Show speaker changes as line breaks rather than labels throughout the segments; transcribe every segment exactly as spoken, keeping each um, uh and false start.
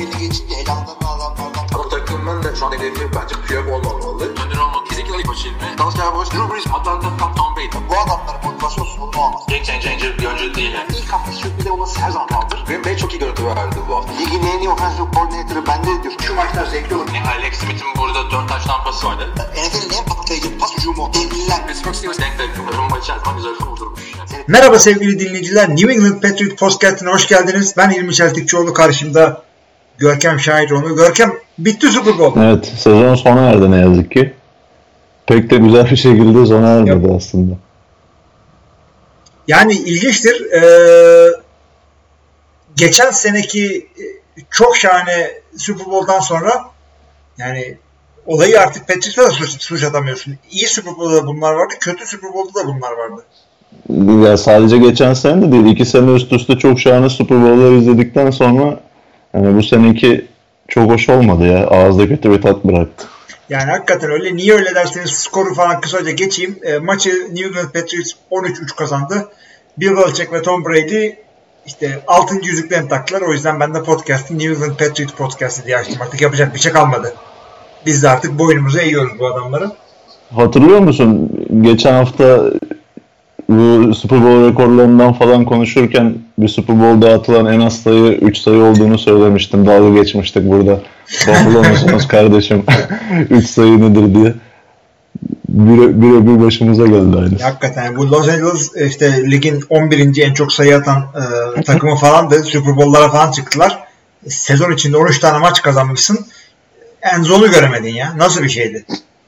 belli geçince elanlarını alanlardan.
Ama takımın da şu an hedefi bence Piyok olmamalı. Önder olmalı. Kesinlikle ilk başı ilmi. Dalsya Boş, Drew Brees, Atlanta, Tom Brady.
Bu adamların motivasyon sorunu olmaz.
Game changer bir oyuncu değil yani.
İlk hafta sürpriz olması her zaman kaldır.
Green Bay çok iyi görüntü verdi bu hafta.
Ligin en iyi offensive coordinator'ı bende diyor. Şu maçlar zevkli olur.
Yani Alex Smith'in burada dört taş tampası vardı.
N F L'in en patlayıcı pas hücumu. Devliler.
Pittsburgh Steelers denk denk. Rumba içerisinde güzel kurdurmuş. Yani.
Merhaba sevgili dinleyiciler. New England Patriot Podcast'ine hoş geldiniz. Ben İlmi Çeltikçioğlu, karşımda Görkem Şahiroğlu. Görkem, bitti Super Bowl.
Evet, sezon sona erdi ne yazık ki. Pek de güzel bir şekilde sona ermedi Yok. aslında.
Yani ilginçtir. Ee, geçen seneki çok şahane Super Bowl'dan sonra yani olayı artık Patriot'a da suç, suç atamıyorsun. İyi Super Bowl'da da bunlar vardı, kötü Super Bowl'da da bunlar vardı.
Ya sadece geçen sene de değil, iki sene üst üste çok şahane Super Bowl'ları izledikten sonra yani bu seneki çok hoş olmadı ya. Ağızda kötü bir tat bıraktı.
Yani hakikaten öyle. Niye öyle derseniz skoru falan kısaca geçeyim. E, maçı New England Patriots on üç üç kazandı. Bill Belichick ve Tom Brady işte altıncı yüzüklerini taktılar. O yüzden ben de podcast'ı New England Patriots podcast'ı diye açtım. Artık yapacak bir şey kalmadı. Biz de artık boynumuzu eğiyoruz bu adamları.
Hatırlıyor musun? Geçen hafta bu Super Bowl rekorlarından falan konuşurken bir Super Bowl'da atılan en az sayı üç sayı olduğunu söylemiştim. Dalga geçmiştik burada. Buffalo musunuz kardeşim? üç sayı nedir diye. Bire, bire bir başımıza geldi aynısı.
Hakikaten bu Los Angeles işte ligin on birinci en çok sayı atan e, takımı falan da Super Bowl'lara falan çıktılar. Sezon içinde on üç tane maç kazanmışsın. En zone'u göremedin ya. Nasıl bir şeydi?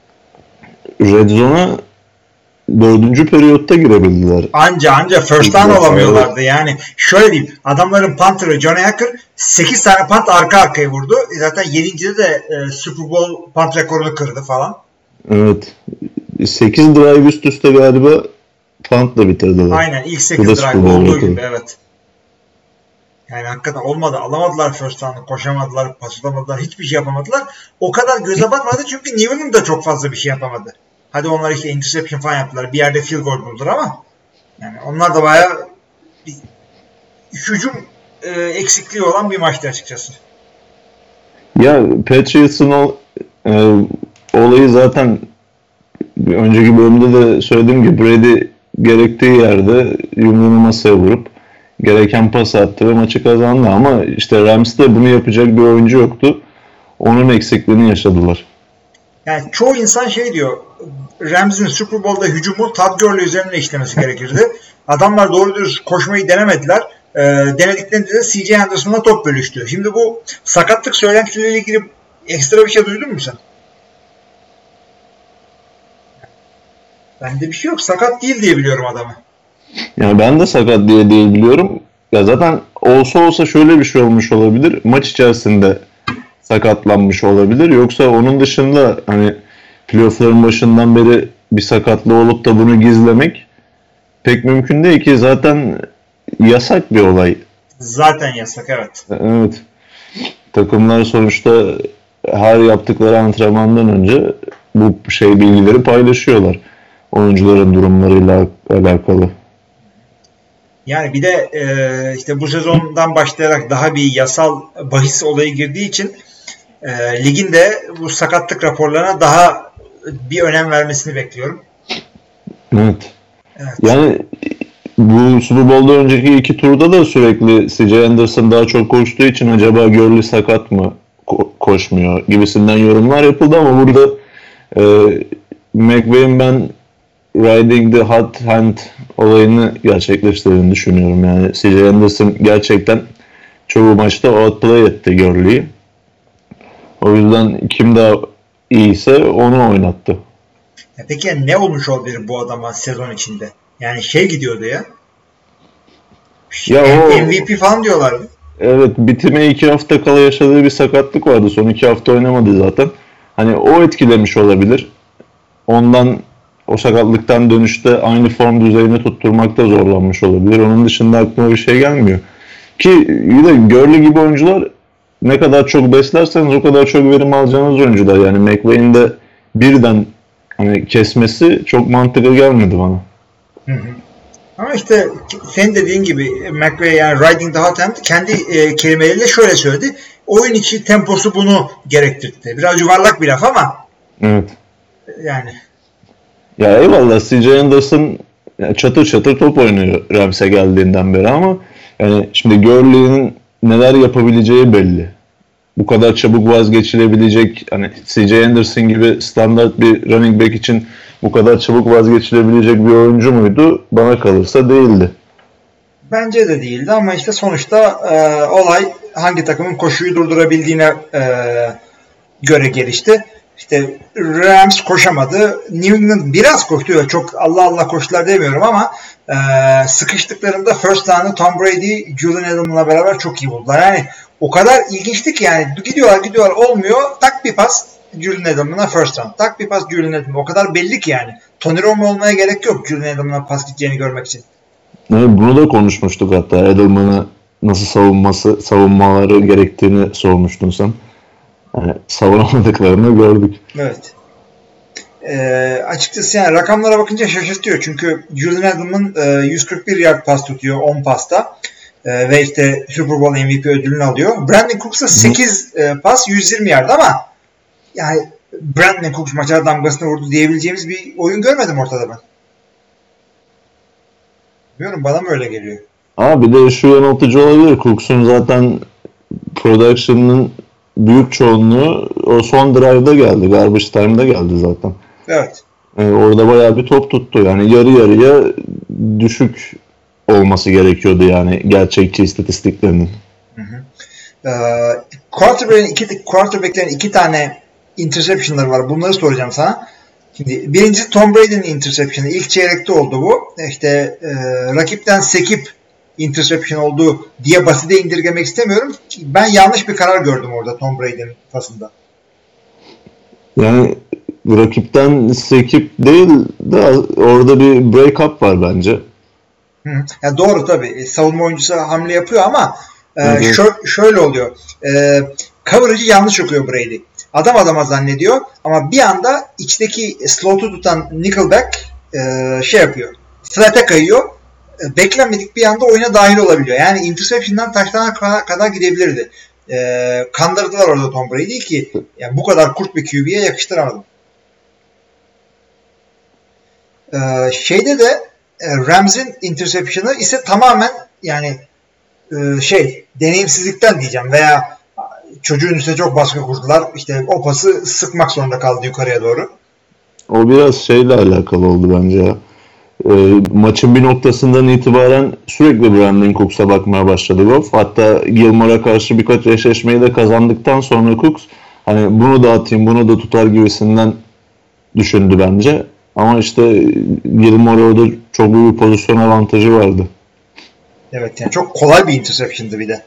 Red Zone'a dördüncü periyotta girebildiler.
Anca anca first down olamıyorlardı. Yani şöyle diyeyim. Adamların punter'ı Johnny Hacker sekiz tane punt arka arkaya vurdu. Zaten yedincide de e, Super Bowl punt rekorunu kırdı falan.
Evet. sekiz drive üst üste galiba punt'la bitirdiler.
Aynen. İlk sekiz drive olduğu gibi. Evet. Yani hakikaten olmadı. Alamadılar first down'ı. Koşamadılar. Paslamadılar. Hiçbir şey yapamadılar. O kadar göze batmadı çünkü New England da çok fazla bir şey yapamadı. Hadi onlar işte interception falan yaptılar. Bir yerde field goal buldular ama yani onlar da bayağı bir hücum e, eksikliği olan bir maçtı açıkçası.
Ya Patriots'ın o e, olayı zaten önceki bölümde de söylediğim gibi Brady gerektiği yerde yumruğunu masaya vurup gereken pas attı ve maçı kazandı ama işte Rams'te bunu yapacak bir oyuncu yoktu. Onun eksikliğini yaşadılar.
Yani çoğu insan şey diyor, Rams'in Super Bowl'da hücumu Todd Gurley üzerine işlemesi gerekirdi. Adamlar doğru dürüst koşmayı denemediler. E, denediklerinde de C J Anderson'la top bölüştü. Şimdi bu sakatlık söylentileriyle ilgili ekstra bir şey duydun mu sen? Bende bir şey yok. Sakat değil diye biliyorum adamı.
Yani ben de sakat diye değil biliyorum. Ya zaten olsa olsa şöyle bir şey olmuş olabilir. Maç içerisinde sakatlanmış olabilir. Yoksa onun dışında hani playoff'ların başından beri bir sakatlığı olup da bunu gizlemek pek mümkün değil ki. Zaten yasak bir olay.
Zaten yasak, evet.
Evet. Takımlar sonuçta her yaptıkları antrenmandan önce bu şey bilgileri paylaşıyorlar. Oyuncuların durumlarıyla alakalı.
Yani bir de e, işte bu sezondan başlayarak daha bir yasal bahis olayı girdiği için e, ligin de bu sakatlık raporlarına daha bir önem vermesini bekliyorum.
Evet.
Evet.
Yani bu Super Bowl'da önceki iki turda da sürekli C J Anderson daha çok koştuğu için acaba Gurley sakat mı ko- koşmuyor gibisinden yorumlar yapıldı ama burada e, McVay'in ben Riding the Hot Hand olayını gerçekleştirdiğini düşünüyorum. Yani C J Anderson gerçekten çoğu maçta outplay etti Gurley'i. O yüzden kim daha iyiyse onu oynattı.
Ya peki ne olmuş olabilir bu adama sezon içinde? Yani şey gidiyordu ya.
Ya o,
M V P falan diyorlardı.
Evet, bitime iki hafta kala yaşadığı bir sakatlık vardı. Son iki hafta oynamadı zaten. Hani o etkilemiş olabilir. Ondan o sakatlıktan dönüşte aynı form düzeyini tutturmakta zorlanmış olabilir. Onun dışında aklıma bir şey gelmiyor. Ki yine Gurley gibi oyuncular ne kadar çok beslerseniz o kadar çok verim alacağınız oyuncular. Yani McVay'in de birden hani kesmesi çok mantıklı gelmedi bana.
Hı hı. Ama işte senin dediğin gibi McVay yani Riding the Hot Hand kendi e, kelimeleriyle şöyle söyledi. Oyun içi temposu bunu gerektirdi. Biraz yuvarlak bir laf ama
evet.
Yani.
Ya eyvallah C J Anderson çatır çatır top oynuyor Rams'e geldiğinden beri ama yani şimdi Gurley'nin neler yapabileceği belli. Bu kadar çabuk vazgeçilebilecek hani C J Anderson gibi standart bir running back için bu kadar çabuk vazgeçilebilecek bir oyuncu muydu? Bana kalırsa değildi.
Bence de değildi ama işte sonuçta e, olay hangi takımın koşuyu durdurabildiğine e, göre gelişti. İşte Rams koşamadı. New England biraz koştu. Çok Allah Allah koştular demiyorum ama e, sıkıştıklarında first down'ı Tom Brady, Julian Edelman'la beraber çok iyi buldular. Yani o kadar ilginçti ki yani gidiyorlar gidiyorlar olmuyor. Tak bir pas Julian Edelman'a first down. Tak bir pas Julian Edelman'a. O kadar belli ki yani. Tony Romo olmaya gerek yok Julian Edelman'a pas gideceğini görmek için.
Evet, bunu da konuşmuştuk hatta. Edelman'ı nasıl savunması, savunmaları gerektiğini sormuştun sen. Yani savunamadıklarını gördük.
Evet. Ee, açıkçası yani rakamlara bakınca şaşırtıyor. Çünkü Julian Edelman e, yüz kırk bir yard pas tutuyor on pasta. E, ve işte Super Bowl M V P ödülünü alıyor. Brandon Cooks da sekiz e, pas yüz yirmi yard ama yani Brandon Cooks maça damgasını vurdu diyebileceğimiz bir oyun görmedim ortada ben. Bilmiyorum bana mı öyle geliyor?
Abi bir de şu yanıltıcı olabilir. Cooks'un zaten production'ın büyük çoğunluğu o son drive'da geldi. Garbage time'da geldi zaten.
Evet.
Ee, orada bayağı bir top tuttu. Yani yarı yarıya düşük olması gerekiyordu yani gerçekçi istatistiklerinin.
Hı hı. Ee, quarterback'lerin iki, quarterback'lerin iki tane interception'ları var. Bunları soracağım sana. Şimdi birincisi Tom Brady'nin interception'ı. İlk çeyrekte oldu bu. İşte e, rakipten sekip interception oldu diye basite indirgemek istemiyorum. Ben yanlış bir karar gördüm orada Tom Brady'nin pasında.
Yani rakipten sekip değil de orada bir break up var bence.
Hı. Yani doğru tabii. Savunma oyuncusu hamle yapıyor ama e, şö- şöyle oluyor. E, coverage'ı yanlış okuyor Brady. Adam adama zannediyor ama bir anda içteki slot'u tutan Nickelback e, şey yapıyor. Flat'e kayıyor. E, beklenmedik bir anda oyuna dahil olabiliyor. Yani interception'dan taşlarına kadar, kadar gidebilirdi. E, kandırdılar orada Tom Brady'yi ki yani bu kadar kurt bir Q B'ye yakıştıramadım. E, şeyde de e, Rams'in interception'ı ise tamamen yani e, şey deneyimsizlikten diyeceğim veya çocuğun üstüne çok baskı kurdular. İşte o pası sıkmak zorunda kaldı yukarıya doğru.
O biraz şeyle alakalı oldu bence ya. E, maçın bir noktasından itibaren sürekli Brandon Cooks'a bakmaya başladı Goff. Hatta Gilmore'a karşı birkaç eşleşmeyi de kazandıktan sonra Cooks hani bunu da atayım, bunu da tutar gibisinden düşündü bence. Ama işte Gilmore orada çok büyük bir pozisyon avantajı vardı.
Evet yani çok kolay bir interception'dı bir de.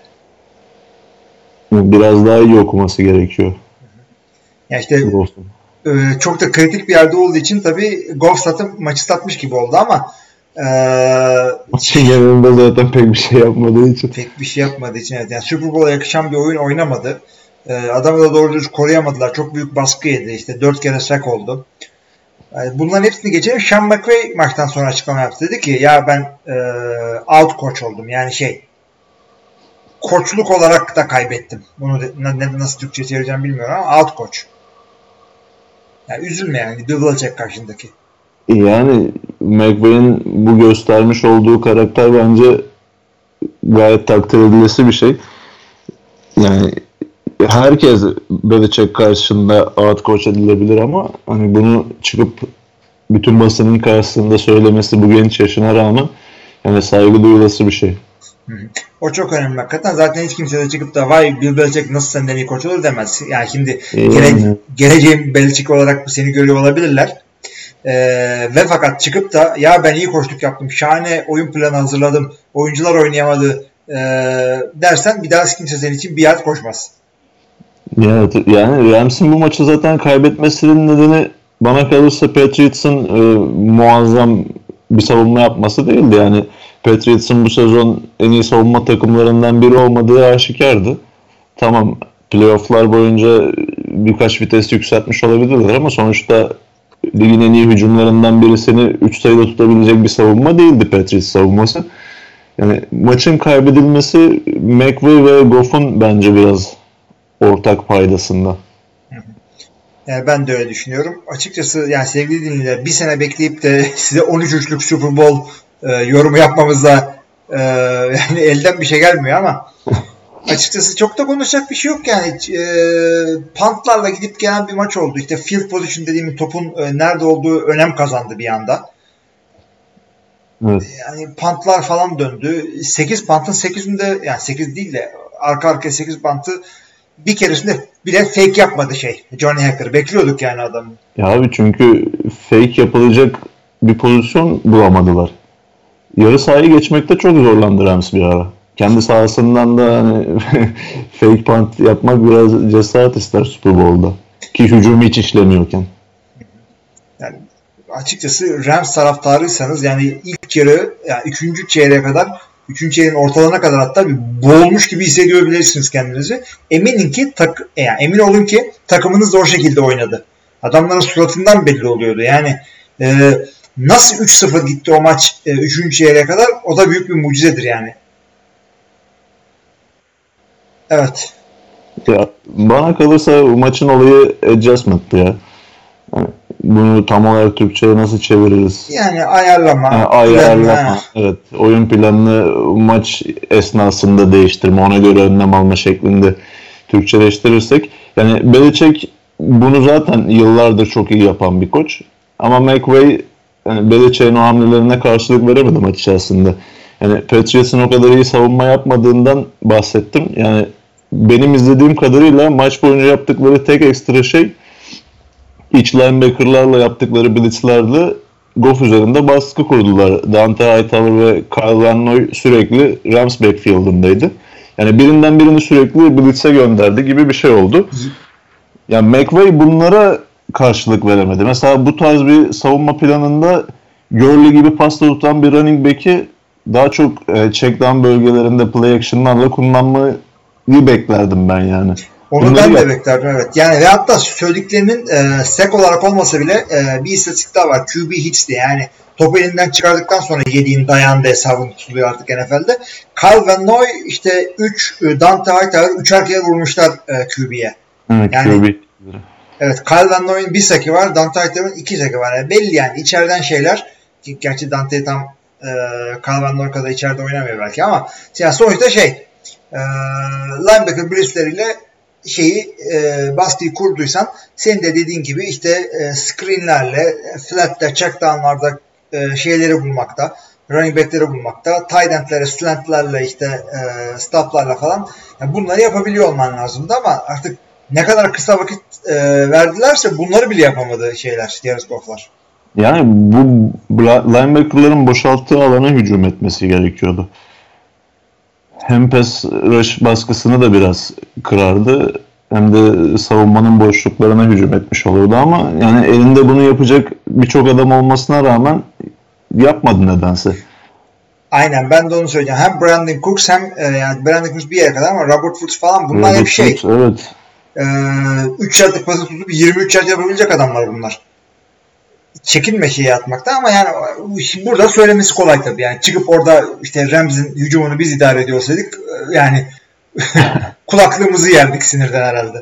Biraz daha iyi okuması gerekiyor.
Yani işte e, çok da kritik bir yerde olduğu için tabii Goff satıp maçı satmış gibi oldu ama e,
maçın genelinde zaten pek bir şey yapmadığı için.
Pek bir şey yapmadığı için evet. Yani Super Bowl'a yakışan bir oyun oynamadı. E, adamı da doğru düz koruyamadılar. Çok büyük baskı yedi. İşte dört kere sack oldu. Yani bunların hepsini geçelim. Sean McVay maçtan sonra açıklama yaptı. Dedi ki ya ben e, out coach oldum. Yani şey koçluk olarak da kaybettim. Bunu de, ne, nasıl Türkçe çevireceğim bilmiyorum ama out coach. Yani üzülme yani Bill Belichick karşındaki.
Yani McVay'in bu göstermiş olduğu karakter bence gayet takdir edilesi bir şey. Yani herkes Belichick karşısında out coach edilebilir ama hani bunu çıkıp bütün basının karşısında söylemesi bu genç yaşına rağmen yani saygı duyulası bir şey.
Hı hı. O çok önemli hakikaten. Zaten hiç kimse de çıkıp da vay Bill Belichick nasıl senden iyi koç olur demez. Yani şimdi gele, geleceğim Belichick olarak seni görüyor olabilirler. Ee, ve fakat çıkıp da ya ben iyi koçluk yaptım, şahane oyun planı hazırladım, oyuncular oynayamadı ee, dersen bir daha kimse senin için bir yard koşmaz.
Yani, yani Rams'in bu maçı zaten kaybetmesinin nedeni bana kalırsa Patriots'ın e, muazzam bir savunma yapması değildi. Yani Patriots'ın bu sezon en iyi savunma takımlarından biri olmadığı aşikardı. Tamam playoff'lar boyunca birkaç vites yükseltmiş olabilirler ama sonuçta ligin en iyi hücumlarından birisini üç sayıda tutabilecek bir savunma değildi Patriots savunması. Yani maçın kaybedilmesi McVay ve Goff'un bence biraz ortak paydasında.
Yani ben de öyle düşünüyorum. Açıkçası yani sevgili dinleyiciler bir sene bekleyip de size on üç üçlük Super Bowl e, yorumu yapmamızda e, yani elden bir şey gelmiyor ama açıkçası çok da konuşacak bir şey yok yani. E, puntlarla gidip gelen bir maç oldu. İşte field position dediğimiz topun e, nerede olduğu önem kazandı bir anda.
Evet.
Yani puntlar falan döndü. sekiz punt'ın sekizinde yani sekiz değil de arka arkaya sekiz punt'ı bir keresinde bile fake yapmadı şey. Johnny Hacker. Bekliyorduk yani adamı.
Ya abi çünkü fake yapılacak bir pozisyon bulamadılar. Yarı sahayı geçmekte çok zorlandı Rams bir ara. Kendi sahasından da hani fake punt yapmak biraz cesaret ister Super Bowl'da. Ki hücum hiç işlemiyorken.
Yani açıkçası Rams taraftarıysanız yani ilk yarı yani üçüncü çeyreğe kadar üçüncü çeyreğin ortalarına kadar hatta bir boğulmuş gibi hissediyorbilirsiniz kendinizi. Eminim ki tak, yani emin olun ki takımınız da o şekilde oynadı. Adamların suratından belli oluyordu. Yani e, nasıl üç sıfır gitti o maç e, üçüncü çeyreğe kadar o da büyük bir mucizedir yani. Evet.
Ya, bana kalırsa bu maçın olayı adjustment'tı ya. Yani bunu tam olarak Türkçe'ye nasıl çeviririz?
Yani ayarlama.
Yani ayarlama. Evet. Oyun planını maç esnasında değiştirme, ona göre önlem alma şeklinde Türkçeleştirirsek. Yani Belichick bunu zaten yıllardır çok iyi yapan bir koç. Ama McVay yani Belichick'in o hamlelerine karşılık veremedi maç içerisinde. Yani Patriots'ın o kadar iyi savunma yapmadığından bahsettim. Yani benim izlediğim kadarıyla maç boyunca yaptıkları tek ekstra şey iç linebacker'larla yaptıkları blitzlerle Goff üzerinde baskı kurdular. Dante Hightower ve Kyle Van Noy sürekli Rams backfield'ındaydı. Yani birinden birini sürekli blitz'e gönderdi gibi bir şey oldu. Yani McVay bunlara karşılık veremedi. Mesela bu tarz bir savunma planında Gurley gibi pasta tutan bir running back'i daha çok e, check down bölgelerinde play action'larla kullanmayı beklerdim ben yani.
Onu
Bunları
ben de
yap-
beklerdim evet. Yani ve hatta söylediklerinin e, sek olarak olmasa bile e, bir istatistik daha var. Q B hits diye yani topu elinden çıkardıktan sonra yediğin dayandı hesabını tutuluyor artık N F L'de. Kyle Van Noy işte üç Dante Hightower üçer kere vurmuşlar e, Q B'ye.
Evet,
yani,
Q B.
Evet, Kyle Van Noy'un bir seki var. Dante Hightower'ın iki seki var. Yani belli yani içeriden şeyler. Gerçi Dante tam e, Kyle Van Noy kadar içeride oynamıyor belki ama yani sonuçta şey e, linebacker blitzleriyle şeyi e, baskıyı kurduysan senin de dediğin gibi işte e, screenlerle, flat'te, checkdown'larda e, şeyleri bulmakta, running back'leri bulmakta, tight end'lere, slant'lerle işte e, stop'larla falan yani bunları yapabiliyor olman lazımdı ama artık ne kadar kısa vakit e, verdilerse bunları bile yapamadı şeyler, Jared Goff'lar.
Yani bu linebacker'ların boşalttığı alana hücum etmesi gerekiyordu. Hem pass rush baskısını da biraz kırardı hem de savunmanın boşluklarına hücum etmiş olurdu ama yani elinde bunu yapacak birçok adam olmasına rağmen yapmadı nedense.
Aynen ben de onu söyleyeceğim. Hem Brandon Cooks hem e, yani Brandon Cooks bir yere kadar ama Robert Woods falan bunlar
Robert
hep şey.
Woods, evet.
üç yardlık pası tutup yirmi üç yard yapabilecek adamlar bunlar. Çekinme şeyi atmakta ama yani burada söylemesi kolay tabii. Yani çıkıp orada işte Rams'in hücumunu biz idare ediyor olsaydık yani kulaklığımızı yerdik sinirden herhalde.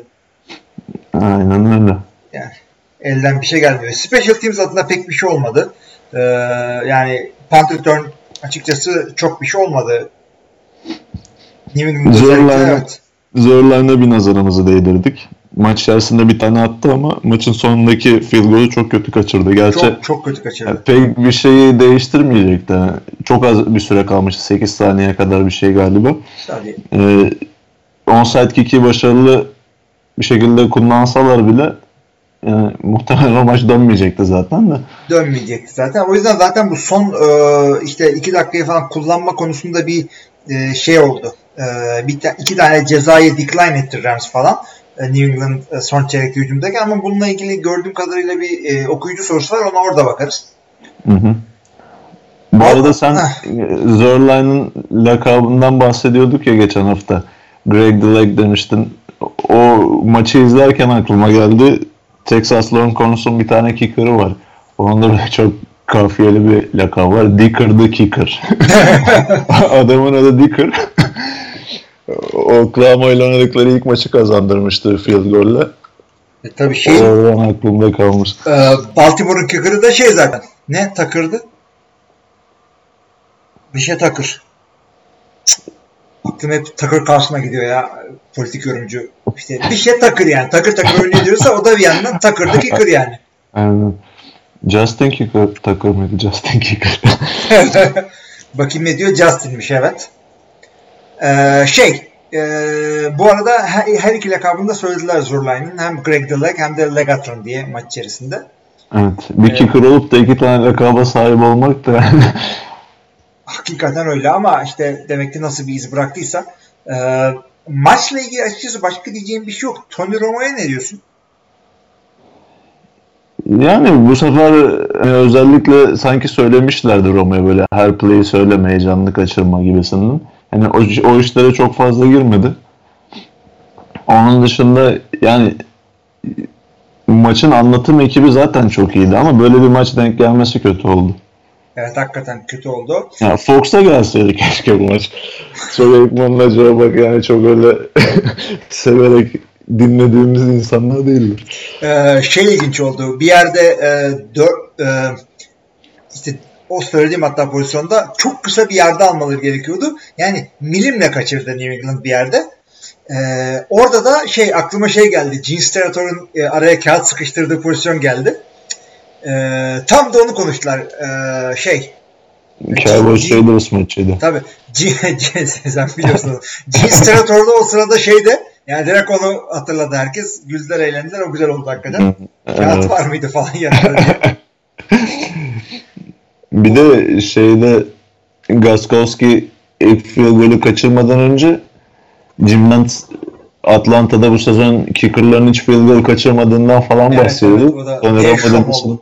Aynen öyle.
Yani elden bir şey gelmiyor. Special Teams adına pek bir şey olmadı. Ee, yani punt return açıkçası çok bir şey olmadı. New England'da özellikle evet.
Zörline'e bir nazarımızı değdirdik. Maç içerisinde bir tane attı ama maçın sonundaki field goal'u çok kötü kaçırdı. Gerçi
çok, çok kötü kaçırdı.
Yani pek bir şeyi değiştirmeyecekti. Yani çok az bir süre kalmıştı. sekiz saniye kadar bir şey galiba. Ee, onside kick'i başarılı bir şekilde kullansalar bile yani muhtemelen o maç dönmeyecekti zaten de.
Dönmeyecekti zaten. O yüzden zaten bu son e, işte iki dakikayı falan kullanma konusunda bir e, şey oldu. E, bir ta- iki tane cezayı decline etti Rams falan. New England son çeyrekli hücumdaki ama bununla ilgili gördüğüm kadarıyla bir e, okuyucu sorusu var. Ona orada bakarız.
Hı hı. Bu Ama, arada sen Zörline'ın lakabından bahsediyorduk ya geçen hafta. Greg the Leg demiştin. O maçı izlerken aklıma geldi. Texas Longhorns'un bir tane kicker'ı var. Onun da çok kafiyeli bir lakabı var. Dicker the Kicker. Adamın adı Dicker. Oklahoma ile oynadıkları ilk maçı kazandırmıştı field goal'le.
E, tabii şey.
Oradan aklımda kalmış.
E, Baltimore'un kicker'ı da şey zaten. Ne takırdı? Bir şey takır. Aklım hep takır karşısına gidiyor ya. Politik yorumcu. İşte bir şey takır yani. Takır takır oynuyor diyorsa o da bir yandan takırdı kicker yani.
Aynen. Justin Kicker takır mıydı? Justin Kicker.
Bakayım ne diyor? Justin'miş evet. Ee, şey e, bu arada her, her iki lakabını da söylediler Zurline'ın. Hem Greg the Leg hem de Legatron diye maç içerisinde.
Evet. Bir kicker ee, olup da iki tane lakaba sahip olmak da yani.
Hakikaten öyle ama işte demek ki nasıl bir iz bıraktıysa. E, maçla ilgili açıkçası başka diyeceğim bir şey yok. Tony Romo'ya ne diyorsun?
Yani bu sefer yani özellikle sanki söylemişlerdi Romo'ya böyle her play'i söyleme, heyecanlı kaçırma gibisinden. Yani o, o işlere çok fazla girmedi. Onun dışında yani maçın anlatım ekibi zaten çok iyiydi ama böyle bir maç denk gelmesi kötü oldu.
Evet hakikaten kötü oldu.
Ya Fox'a gelseydi keşke bu maç. Çok Ekman'ın acaba bak yani çok öyle severek dinlediğimiz insanlar değildir.
Ee, şey ilginç oldu. Bir yerde e, dört, e, işte o söylediğim hatta pozisyonda çok kısa bir yerde almaları gerekiyordu. Yani milimle kaçırdı New England bir yerde. Ee, orada da şey aklıma şey geldi. Gene Sterator'un e, araya kağıt sıkıştırdığı pozisyon geldi. Ee, tam da onu konuştular. Ee, şey
Cowboys Raiders maçıydı.
Tabii. Sen biliyorsun. Gene Sterator'da o sırada şeyde yani direkt onu hatırladı herkes. Güldüler, eğlendiler. O güzel oldu hakikaten. Kağıt evet. Var mıydı falan yanında diye.
Bir de şeyde Gostkowski ilk field golü kaçırmadan önce Jim Nantz Atlanta'da bu sezon kicker'ların hiç field goal kaçırmadığından falan evet, bahsediyordu. Evet, Sonra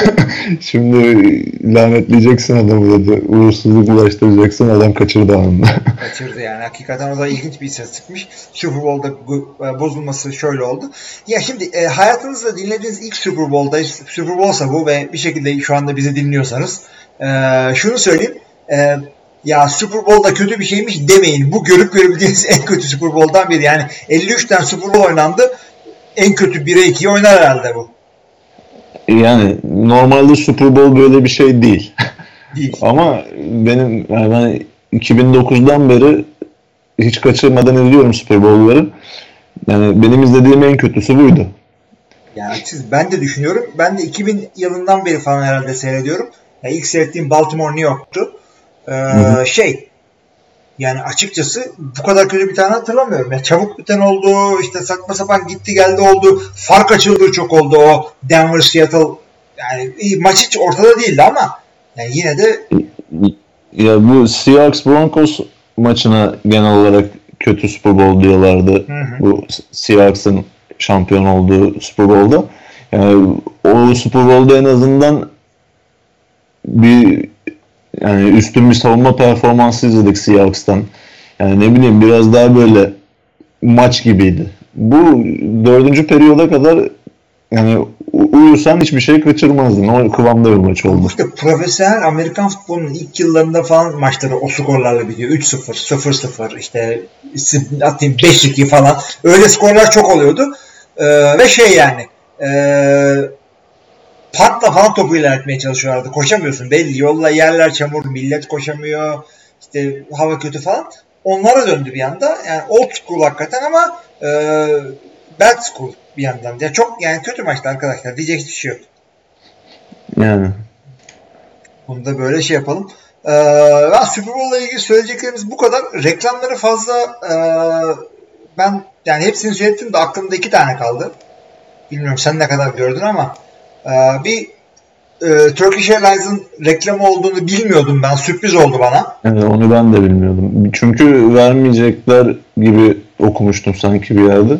şimdi lanetleyeceksin adamı dedi. Uğursuzluk bulaştıracaksın. Adam kaçırdı anında.
Kaçırdı yani. Hakikaten o da ilginç bir istatistikmiş. Super Bowl'da bozulması şöyle oldu. Ya şimdi e, hayatınızda dinlediğiniz ilk Super Bowl'da Super Bowl'sa bu ve bir şekilde şu anda bizi dinliyorsanız e, şunu söyleyeyim. E, ya Super Bowl'da kötü bir şeymiş demeyin. Bu görüp görebildiğiniz en kötü Super Bowl'dan biri. Yani elli üç tane Super Bowl oynandı. En kötü bire ikiye oynar herhalde bu.
Yani normalde Super Bowl böyle bir şey değil.
Değil.
Ama benim yani ben iki bin dokuzdan beri hiç kaçırmadan izliyorum Super Bowl'ları. Yani benim izlediğim en kötüsü buydu.
Yani siz, ben de düşünüyorum. Ben de iki bin yılından beri falan herhalde seyrediyorum. Yani ilk seyrettiğim Baltimore New York'tu. Ee, şey yani açıkçası bu kadar kötü bir tane hatırlamıyorum. Ya çabuk biten oldu, işte saçma sapan gitti geldi oldu. Fark açıldığı çok oldu o Denver Seattle. Yani maç hiç ortada değildi ama yani yine de
ya bu Seahawks Broncos maçına genel olarak kötü Super Bowl diyorlardı. Hı hı. Bu Seahawks'ın şampiyon olduğu Super Bowl'da. Yani o Super Bowl'da en azından bir yani üstün bir savunma performansı izledik Seahawks'tan. Yani ne bileyim biraz daha böyle maç gibiydi. Bu dördüncü periyoda kadar yani uyursan hiçbir şey kaçırmazdın. O kıvamda bir maç oldu.
İşte profesyonel Amerikan futbolunun ilk yıllarında falan maçları o skorlarla bitiyor. üç sıfır, sıfır sıfır işte atayım beş iki falan. Öyle skorlar çok oluyordu. Ee, ve şey yani eee patla falan topu ilerletmeye çalışıyorlardı. Koşamıyorsun belli. Yolla yerler çamur. Millet koşamıyor. İşte hava kötü falan. Onlara döndü bir anda. Yani old school hakikaten ama e, bad school bir yandan. Yani çok yani kötü maçtı arkadaşlar. Diyecek hiçbir şey yok.
Yani.
Bunu da böyle şey yapalım. Ee, Super Bowl'la ilgili söyleyeceklerimiz bu kadar. Reklamları fazla e, ben yani hepsini söyledim de aklımda iki tane kaldı. Bilmiyorum sen ne kadar gördün ama Ee, bir e, Turkish Airlines'ın reklamı olduğunu bilmiyordum ben. Sürpriz oldu bana.
Evet, onu ben de bilmiyordum. Çünkü vermeyecekler gibi okumuştum sanki bir yerde.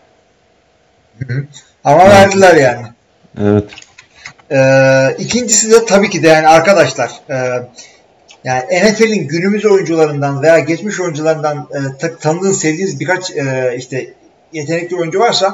Hı hı. Ama evet. Verdiler yani.
Evet.
Ee, ikincisi de tabii ki de yani arkadaşlar e, yani N F L'in günümüz oyuncularından veya geçmiş oyuncularından e, tanıdığınız, sevdiğiniz birkaç e, işte yetenekli oyuncu varsa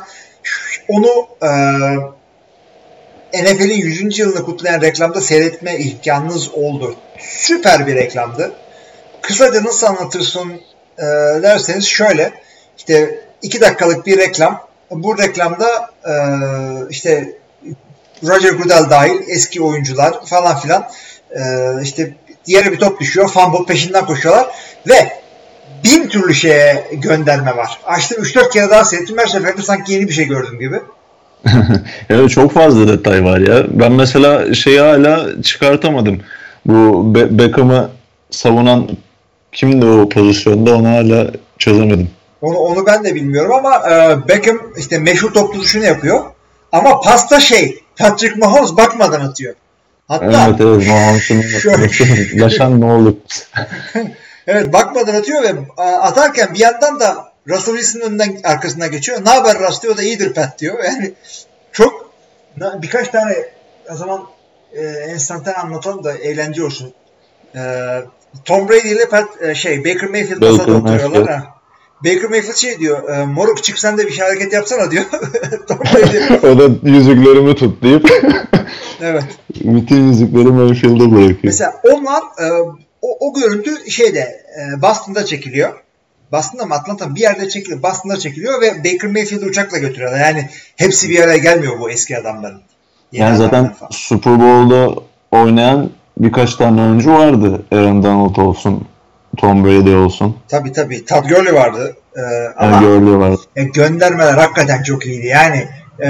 onu e, N F L'in yüzüncü yılını kutlayan reklamda seyretme imkanınız oldu. Süper bir reklamdı. Kısaca nasıl anlatırsın e, derseniz şöyle, işte iki dakikalık bir reklam. Bu reklamda e, işte Roger Goodell dahil eski oyuncular falan filan e, işte diğeri bir top düşüyor, fumble peşinden koşuyorlar ve bin türlü şeye gönderme var. Açtım üç dört kere daha seyrettim, her seferinde sanki yeni bir şey gördüm gibi.
Evet, çok fazla detay var ya. Ben mesela şeyi hala çıkartamadım. Bu Be- Beckham'ı savunan kimdi o pozisyonda, onu hala çözemedim.
Onu onu ben de bilmiyorum ama e, Beckham işte meşhur top tutuşunu yapıyor. Ama pasta şey, Patrick Mahomes bakmadan atıyor. Hatta
Evet evet, Mahomes'un yaşan ne olur.
evet, bakmadan atıyor ve atarken bir yandan da Russell Wilson'ın önünden arkasından geçiyor. Ne haber Russ diyor, o da iyidir Pat diyor. Yani çok birkaç tane o zaman e, enstantan anlatalım da eğlence olsun. E, Tom Brady ile Pat, e, şey Baker Mayfield
Baker
masada oturuyorlar.
Mayfield.
Ha. Baker Mayfield şey diyor, e, moruk çık sen de bir şey hareket yapsana diyor. Tom Brady.
O da yüzüklerimi tut deyip
Evet.
bütün yüzükleri Mayfield'a bırakıyor.
Mesela onlar e, o, o görüntü şeyde e, Boston'da çekiliyor. Boston'da mı Atlanta bir yerde çekiliyor. Boston'da çekiliyor ve Baker Mayfield'ı uçakla götürüyorlar. Yani hepsi bir araya gelmiyor bu eski adamların. Yeni
Yani zaten
falan.
Super Bowl'da oynayan birkaç tane oyuncu vardı. Aaron Donald olsun, Tom Brady olsun.
Tabii tabii. Todd Gurley vardı. Ee, ama
Yani Gurley vardı.
E, göndermeler hakikaten çok iyiydi. Yani e,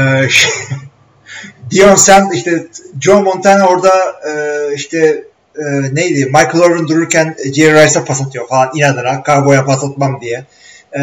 Deion Sanders, işte Joe Montana orada e, işte e, neydi? Michael Irvin dururken Jerry Rice'a pas atıyor falan inadına. Cowboy'a pas atmam diye. E,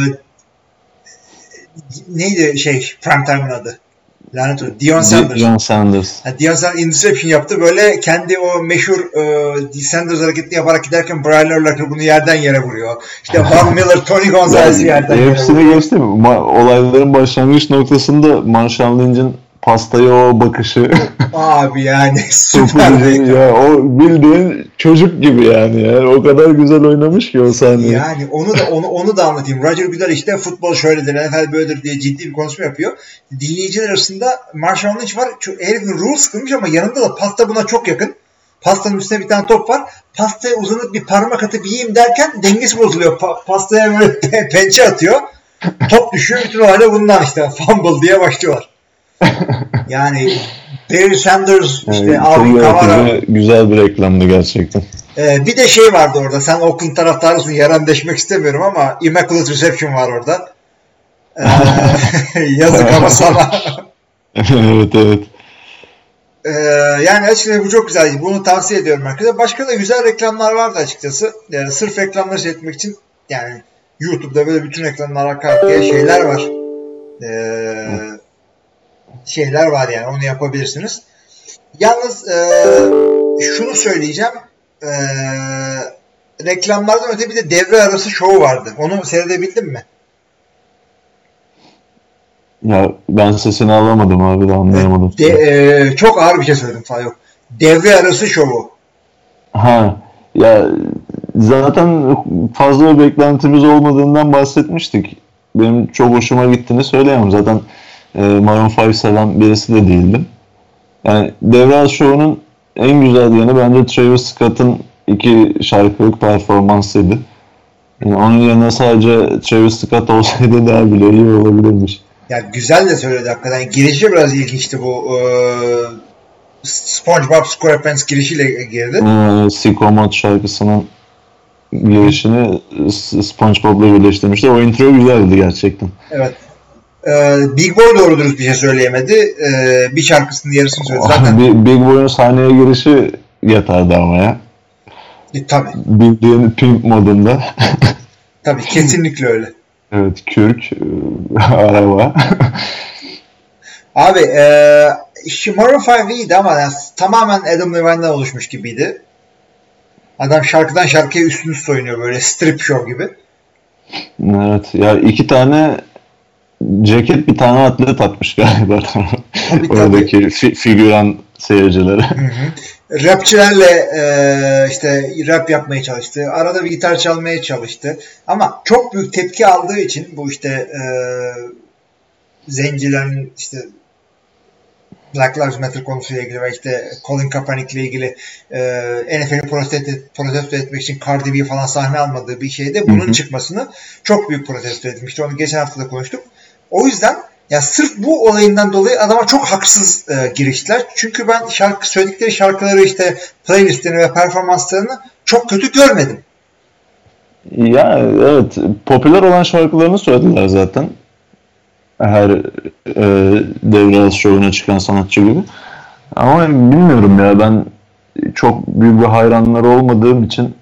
neydi şey Primetime'ın adı? Lanet olsun. Deion Sanders.
Deion Sanders.
Yani Deion Sanders interception yaptı. Böyle kendi o meşhur e, Sanders hareketini yaparak giderken Brian Urlacher bunu yerden yere vuruyor. İşte Von Miller, Tony Gonzalez'i yerden yere vuruyor.
Hepsini geçti mi? Ma- olayların başlangıç noktasında Marshall Lynch'in pastaya o bakışı.
Abi yani süper.
Ya, o bildiğin çocuk gibi yani. yani. O kadar güzel oynamış ki o sahneyi.
Yani onu da onu onu da anlatayım. Roger Goodell işte futbol şöyledir, N F L böyledir diye ciddi bir konuşma yapıyor. Dinleyiciler arasında Marshall Lynch var. Çok, herifin ruhu sıkılmış ama yanında da pasta buna çok yakın. Pastanın üstünde bir tane top var. Pastaya uzanıp bir parmak atıp yiyeyim derken dengesi bozuluyor. Pa- pastaya böyle pe- pençe atıyor. Top düşüyor. Bütün o hale bundan işte fumble diye başlıyorlar. Yani Barry Sanders, işte
Yani,
Alvin Kamara.
Güzel bir reklamdı gerçekten.
Ee, bir de şey vardı orada. Sen Oakland taraftarısın. Yaran deşmek istemiyorum ama Immaculate Reception var orada. Ee, yazık ama sana.
Evet evet.
Ee, yani açıkçası bu çok güzel. Bunu tavsiye ediyorum herkese. Başka da güzel reklamlar vardı açıkçası. Yani sırf reklamları seyretmek için yani YouTube'da böyle bütün reklamlar arka arkaya şeyler var. Ee, şeyler var yani. Onu yapabilirsiniz. Yalnız e, şunu söyleyeceğim. E, reklamlardan öte bir de devre arası şovu vardı. Onu seyredebildin mi?
Ya ben sesini alamadım abi de anlayamadım.
De, e, çok ağır bir şey söyledim falan yok. Devre arası şovu.
Ha ya zaten fazla bir beklentimiz olmadığından bahsetmiştik. Benim çok hoşuma gittiğini söyleyemem. Zaten e, Maroon beş seven birisi de değildim. Yani devre arası şovunun en güzel yanı bence Travis Scott'ın iki şarkılık performansıydı. Yani onun yanına sadece Travis Scott olsaydı daha bile iyi olabilirmiş.
Yani güzel de söyledi hakikaten. Girişi biraz ilginçti bu. E, SpongeBob SquarePants girişiyle girdi.
Ee, Sicko Mode şarkısının girişini SpongeBob'la birleştirmişler. O intro güzeldi gerçekten.
Evet. Ee, Big Boy doğru dürüst bir şey söyleyemedi. Ee, bir şarkısının yarısını söyledi. Zaten
Big Boy'un sahneye girişi yeterdi ama ya.
E, tabii.
Bildiğin pimp modunda.
Tabii kesinlikle öyle.
Evet, kürk, araba.
Abi e, Maroon beş iyiydi ama yani, tamamen Adam Levine'den oluşmuş gibiydi. Adam şarkıdan şarkıya üstün üste oynuyor böyle strip show gibi.
Evet ya, iki tane ceket, bir tane atlet atmış galiba.
Tabii,
oradaki fi- figüran seyircilere.
Hı hı. Rapçilerle e, işte rap yapmaya çalıştı. Arada bir gitar çalmaya çalıştı. Ama çok büyük tepki aldığı için bu işte e, zencilerin işte Black Lives Matter konusuyla ilgili ve işte Colin Kaepernick'le ilgili e, N F L'in protesto, protesto etmek için Cardi B falan sahne almadığı bir şeyde bunun hı hı. çıkmasını çok büyük protesto etmişti. Onu geçen hafta da konuştuk. O yüzden ya sırf bu olayından dolayı adama çok haksız e, giriştiler. Çünkü ben şarkı söyledikleri şarkıları işte playlistlerini ve performanslarını çok kötü görmedim.
Ya evet, popüler olan şarkılarını söylediler zaten. Her e, devre arası şovuna çıkan sanatçı gibi. Ama bilmiyorum ya, ben çok büyük bir hayranları olmadığım için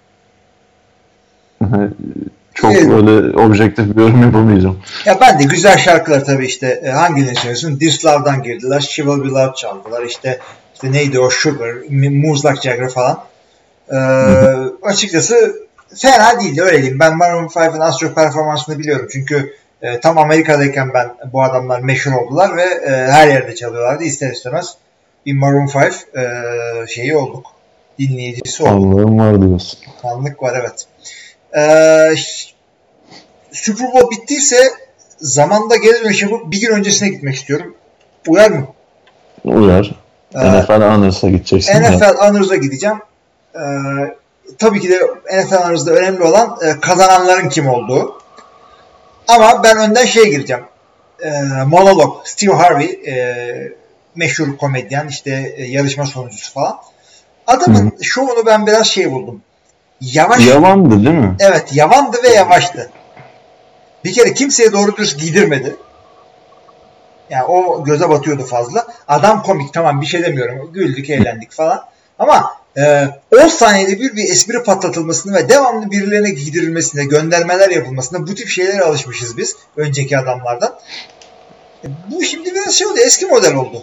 çok evet. Öyle objektif bir yorum yapamayacağım.
Ya ben de güzel şarkılar tabii işte hangilerini söylüyorsun? This Love'dan girdiler. She Will Be Loved çaldılar. İşte, işte neydi o Sugar, Moves Like Jagger falan. Ee, açıkçası fena değildi, öyle diyeyim. Ben Maroon beşin az çok performansını biliyorum. Çünkü e, tam Amerika'dayken ben bu adamlar meşhur oldular ve e, her yerde çalıyorlardı. İster istemez bir Maroon beş e, şeyi olduk. Dinleyicisi olduk.
Allah'ım var diyorsun.
Anlık var, evet. Ee, Super Bowl bittiyse zamanda geri dönüş yapıp bir gün öncesine gitmek istiyorum. Uyar mı?
Uyar. Ee, N F L Honors'a gideceksin.
N F L Honors'a gideceğim. Ee, tabii ki de N F L Honors'da önemli olan e, kazananların kim olduğu. Ama ben önden şeye gireceğim. E, monolog. Steve Harvey e, meşhur komedyen, işte e, yarışma sonucusu falan. Adamın Hı. şovunu ben biraz şey buldum. Yavaş.
Yavandı değil mi?
Evet, yavandı ve yavaştı. Bir kere kimseye doğru dürüst giydirmedi. Yani o göze batıyordu fazla. Adam komik, tamam, bir şey demiyorum. Güldük, eğlendik falan. Ama e, on saniyede bir bir espri patlatılmasını ve devamlı birilerine giydirilmesine, göndermeler yapılmasına, bu tip şeylere alışmışız biz önceki adamlardan. E, bu şimdi biraz şey oldu, eski model oldu.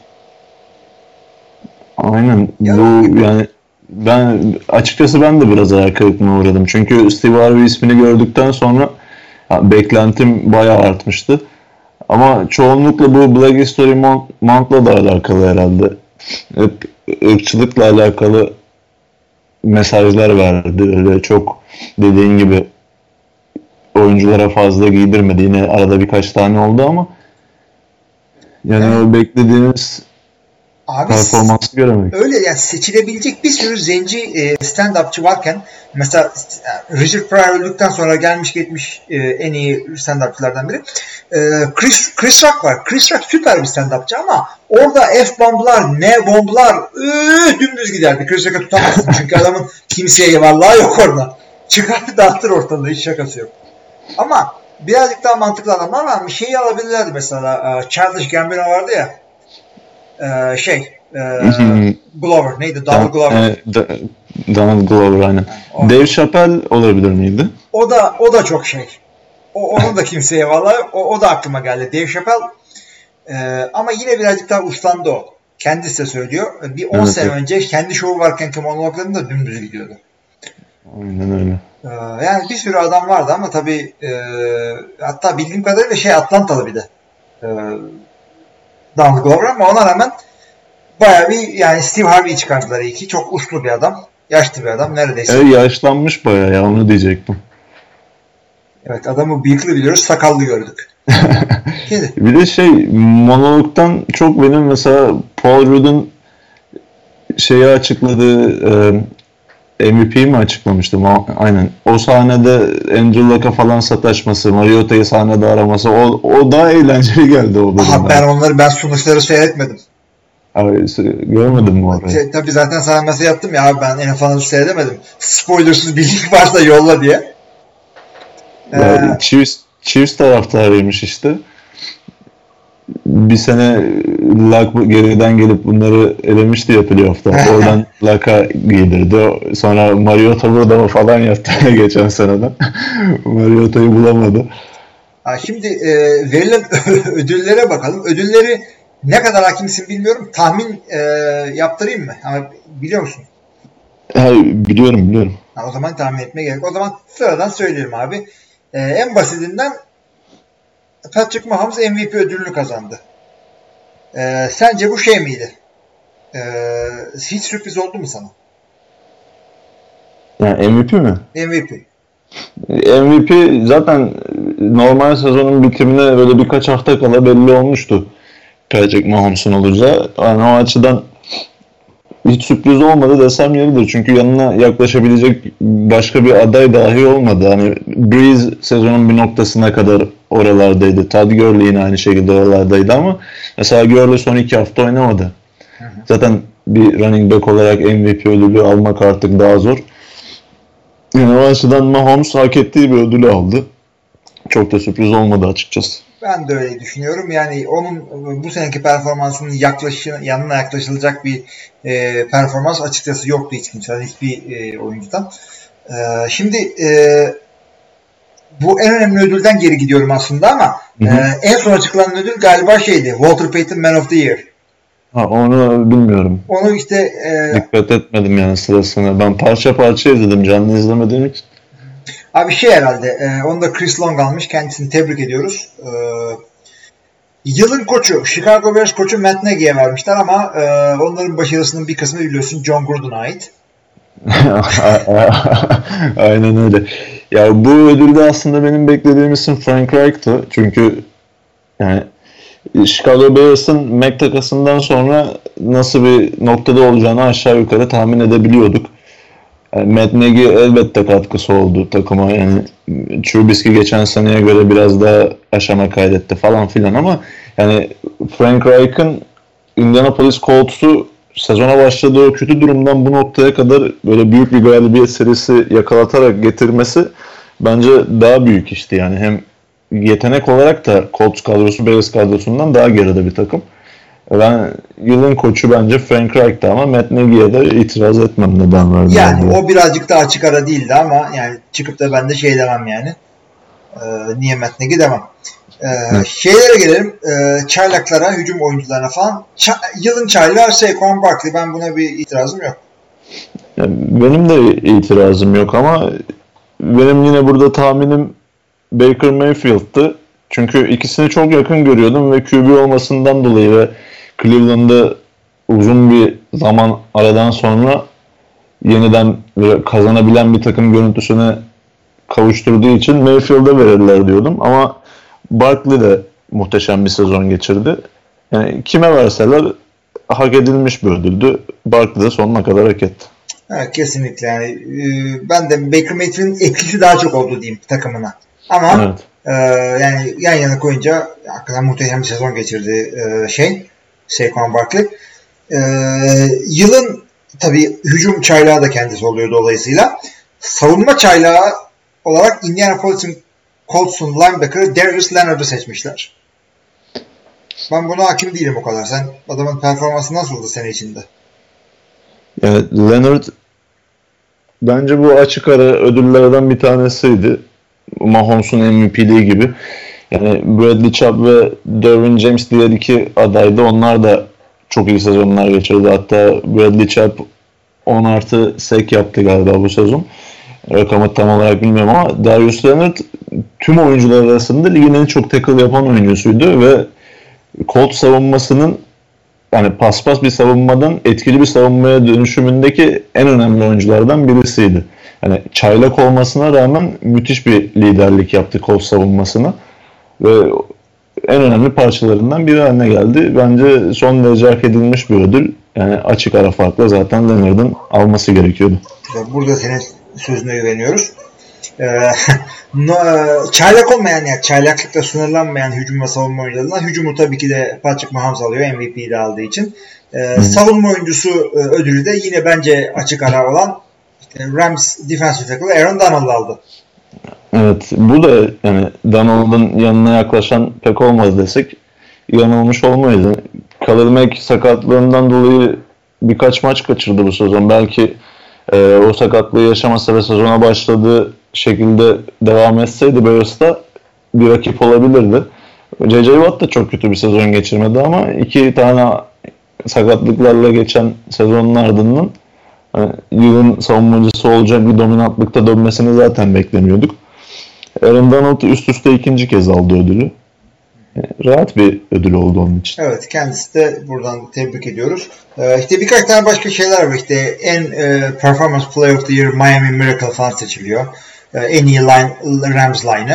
Aynen. Ya, bu yani ben açıkçası ben de biraz ayak kırıklığına uğradım. Çünkü Steve Harvey ismini gördükten sonra ya, beklentim bayağı artmıştı. Ama çoğunlukla bu Black History Month'la da alakalı herhalde. Hep ırkçılıkla alakalı mesajlar verdi. Öyle çok dediğin gibi oyunculara fazla giydirmedi. Yine arada birkaç tane oldu ama yani evet. O beklediğiniz abi, performansı göremedik.
Öyle yani, seçilebilecek bir sürü zenci e, stand-upçı varken mesela Richard Pryor öldükten sonra gelmiş geçmiş e, en iyi stand-upçılardan biri. E, Chris, Chris Rock var. Chris Rock süper bir stand-upçı ama orada F-bomblar, ne-bomblar ıı, dümdüz giderdi. Chris Rock'ı tutamazsın çünkü adamın kimseye vallahi yok orada. Çıkar dağıtır ortalığı, hiç şakası yok. Ama birazcık daha mantıklı adamlar var mı? Şeyi alabilirlerdi mesela. Uh, Childish Gambino vardı ya. Uh, şey. Uh, Glover. Neydi? Donald Glover.
E, Donald Glover aynen. Yani, Dave Chappelle olabilir miydi?
O da o da çok şey. O onun da kimseye vallahi o, o da aklıma geldi. Dave Chappelle. E, ama yine birazcık daha uslandı o. Kendisi de söylüyor. Bir on evet, sene evet. önce kendi şovu varkenki monologlarında dümdüz gidiyordu.
Aynen öyle.
Yani bir sürü adam vardı ama tabii e, hatta bildiğim kadarıyla şey Atlantalı bir de e, Donald Glover, ama ona rağmen bayağı bir yani Steve Harvey'i çıkardılar iyi ki. Çok uslu bir adam. Yaşlı bir adam neredeyse.
Evet, yaşlanmış bayağı ya, onu diyecektim.
Evet, adamı bıyıklı biliyoruz, sakallı gördük.
Bir de şey, monologdan çok benim mesela Paul Rudd'un şeyi açıkladığı e, M V P mi açıklamıştım? Aynen. O sahnede Andrew Luck'a falan sataşması, Mariota'yı sahnede araması, o, o daha eğlenceli geldi o
bölümden. Ben onları, ben sonuçları seyretmedim.
Abi görmedin mi orayı?
Şey, tabii zaten sana mesaj yaptım ya abi, ben en falan seyredemedim. Spoilersız bir link varsa yolla diye.
Yani ee, Chiefs, Chiefs taraftarıymış işte. Bir sene Luck geriden gelip bunları elemişti ya playoff'ta. Oradan Luck'a giydirdi. Sonra Mariota burada mı falan yaptı geçen seneden. Mariota'yı bulamadı.
Ha, şimdi e, verilen ödüllere bakalım. Ödülleri ne kadar hakimsin bilmiyorum. Tahmin e, yaptırayım mı? Ama biliyor musun?
Ha, biliyorum biliyorum.
Ha, o zaman tahmin etmeye gerek. O zaman sıradan söyleyelim abi. E, en basitinden Patrick Mahomes M V P ödülünü kazandı. Ee, sence bu şey miydi? Ee, hiç sürpriz oldu mu sana?
Yani M V P mi?
M V P.
M V P zaten normal sezonun bitimine böyle birkaç hafta kala belli olmuştu Patrick Mahomes'un olacağı. Yani o açıdan hiç sürpriz olmadı desem yeridir. Çünkü yanına yaklaşabilecek başka bir aday dahi olmadı. Hani Breeze sezonun bir noktasına kadar oralardaydı. Todd Gurley yine aynı şekilde oralardaydı ama mesela Gurley son iki hafta oynamadı. Hı hı. Zaten bir running back olarak M V P ödülü almak artık daha zor. Yani o açıdan Mahomes hak ettiği bir ödülü aldı. Çok da sürpriz olmadı açıkçası.
Ben de öyle düşünüyorum. Yani onun bu seneki performansının yaklaşı, yanına yaklaşılacak bir e, performans açıkçası yoktu hiç kimseden, hiçbir e, oyuncudan. E, şimdi e, bu en önemli ödülden geri gidiyorum aslında ama e, en son açıklanan ödül galiba şeydi. Walter Payton Man of the Year.
Ha, onu bilmiyorum.
Onu işte e,
dikkat etmedim yani sırasına. Ben parça parça izledim. Canlı izlemediğim için.
Abi şey herhalde, e, onu da Chris Long almış. Kendisini tebrik ediyoruz. E, yılın koçu, Chicago Bears koçu Matt Nagy'ye vermişler ama e, onların başarısının bir kısmı biliyorsun John Gruden'a ait.
Aynen öyle. Ya bu ödülde aslında benim beklediğim isim Frank Reich'tı. Çünkü yani Chicago Bears'ın Mac takasından sonra nasıl bir noktada olacağını aşağı yukarı tahmin edebiliyorduk. Yani Matt Nagy elbette katkısı oldu takıma. Yani Trubisky geçen seneye göre biraz daha aşama kaydetti falan filan ama yani Frank Reich'ın Indianapolis Colts'u sezona başladığı o kötü durumdan bu noktaya kadar böyle büyük bir galibiyet serisi yakalatarak getirmesi bence daha büyük işti. Yani hem yetenek olarak da Colts kadrosu Bears kadrosundan daha geride bir takım. Ben yılın koçu bence Frank Reich'ti ama Matt Nagy'ye de itiraz etmem neden verdim.
Yani o birazcık daha açık ara değildi ama yani çıkıp da ben de şey demem yani. Ee, niye Matt Nagy demem. Ee, şeylere gelelim. Ee, çaylaklara, hücum oyuncularına falan. Ça- yılın çaylağı Saquon Barkley. Ben buna bir itirazım yok.
Yani benim de itirazım yok ama benim yine burada tahminim Baker Mayfield'tı. Çünkü ikisini çok yakın görüyordum ve Q B olmasından dolayı ve Cleveland'da uzun bir zaman aradan sonra yeniden kazanabilen bir takım görüntüsüne kavuşturduğu için Mayfield'a verirler diyordum. Ama Barkley de muhteşem bir sezon geçirdi. Yani kime verseler hak edilmiş bir ödüldü. Barkley de sonuna kadar hak etti.
Evet, kesinlikle. Yani, e, ben de Baker Mayfield'in etkisi daha çok oldu diyeyim takımına. Ama evet. e, yani yan yana koyunca hakikaten muhteşem bir sezon geçirdi e, şey Saquon Barkley. E, yılın tabii hücum çaylağı da kendisi oluyor dolayısıyla. Savunma çaylağı olarak Indianapolis'in Colts'un linebacker'ı Darius Leonard'ı seçmişler. Ben buna hakim değilim o kadar. Sen adamın performansı nasıldı sene içinde?
Evet, Leonard bence bu açık ara ödüllerden bir tanesiydi. Mahomes'un M V P'liği gibi. Yani Bradley Chubb ve Derwin James diğer iki adaydı. Onlar da çok iyi sezonlar geçirdi. Hatta Bradley Chubb on artı sek yaptı galiba bu sezon. Rakamı tam olarak bilmiyorum ama Darius Leonard tüm oyuncular arasında ligin en çok tackle yapan oyuncusuydu ve Colts savunmasının yani paspas bir savunmadan etkili bir savunmaya dönüşümündeki en önemli oyunculardan birisiydi. Yani çaylak olmasına rağmen müthiş bir liderlik yaptı Colts savunmasına ve en önemli parçalarından biri haline geldi. Bence son derece hak edilmiş bir ödül. Yani açık ara farkla zaten Leonard'ın alması gerekiyordu.
Burada senin sözüne güveniyoruz. Ee, no, çaylak olmayan yani çaylaklıkla sınırlanmayan hücum ve savunma oyuncularından hücumu tabii ki de Patrick Mahomes alıyor M V P'yi de aldığı için. Ee, savunma oyuncusu e, ödülü de yine bence açık ara olan işte Rams defensive tackle Aaron Donald aldı.
Evet, bu da yani Donald'ın yanına yaklaşan pek olmaz desek yanılmış olmayız. Yani Khalil Mack sakatlığından dolayı birkaç maç kaçırdı bu sezon. Belki e, o sakatlığı yaşamasa ve sezona başladığı şekilde devam etseydi Bears'ta bir rakip olabilirdi. J J Watt da çok kötü bir sezon geçirmedi ama iki tane sakatlıklarla geçen sezonun ardından yani yılın savunmacısı olacak bir dominantlıkta dönmesini zaten beklemiyorduk. Aaron Donald üst üste ikinci kez aldı ödülü. Yani rahat bir ödül oldu onun için.
Evet, kendisi de buradan tebrik ediyoruz. Ee, işte birkaç tane başka şeyler var. İşte en e, Performance Player of the Year Miami Miracle falan seçiliyor. Ee, en iyi line, Rams line'ı.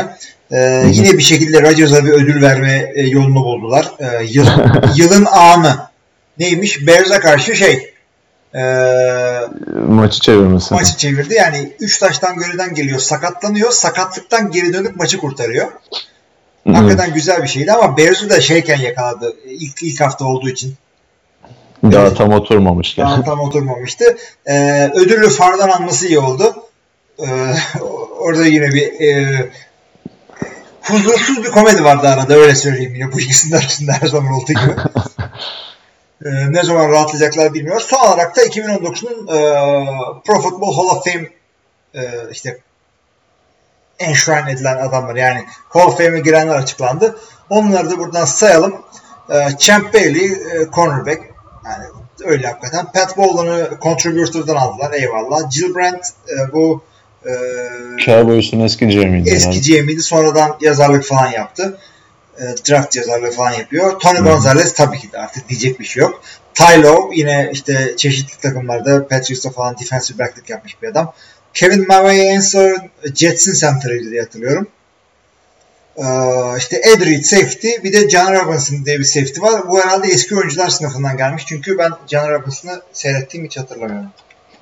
Ee, yine bir şekilde Rodgers'a bir ödül verme e, yolunu buldular. Ee, yılın, yılın anı neymiş? Bears'a karşı şey e,
maçı çevirmesi.
Maçı çevirdi. Yani üç taştan geriden geliyor. Sakatlanıyor. Sakatlıktan geri dönüp maçı kurtarıyor. Hı-hı. Hakikaten güzel bir şeydi ama Bears'ı da şeyken yakaladı. İlk, ilk hafta olduğu için.
Daha
evet.
tam oturmamıştı.
Daha tam oturmamıştı. Ee, ödülü fardan alması iyi oldu. Ee, orada yine bir e, huzursuz bir komedi vardı arada, öyle söyleyeyim, yine bu ikisinin arasında her zaman olduğu gibi. ee, ne zaman rahatlayacaklar bilmiyoruz. Son olarak da iki bin on dokuzun e, Pro Football Hall of Fame e, işte enshrine edilen adamlar, yani Hall of Fame'e girenler açıklandı. Onları da buradan sayalım. E, Champ Bailey e, cornerback, yani öyle hakikaten. Pat Bowlen'ı contributor'dan aldılar, eyvallah. Jill Brandt e, bu e,
Cowboys'un eski G M'iydi.
Eski G M'iydi. Sonradan yazarlık falan yaptı. E, draft yazarlığı falan yapıyor. Tony Gonzalez tabii ki de artık diyecek bir şey yok. Ty Law yine işte çeşitli takımlarda Patriots'ta falan defensive back'lık yapmış bir adam. Kevin Murray en son Jets'in center'ıydı diye hatırlıyorum. Ee, işte Ed Reed safety, bir de John Robinson diye bir safety var. Bu herhalde eski oyuncular sınıfından gelmiş. Çünkü ben John Robinson'ı seyrettiğim hiç hatırlamıyorum.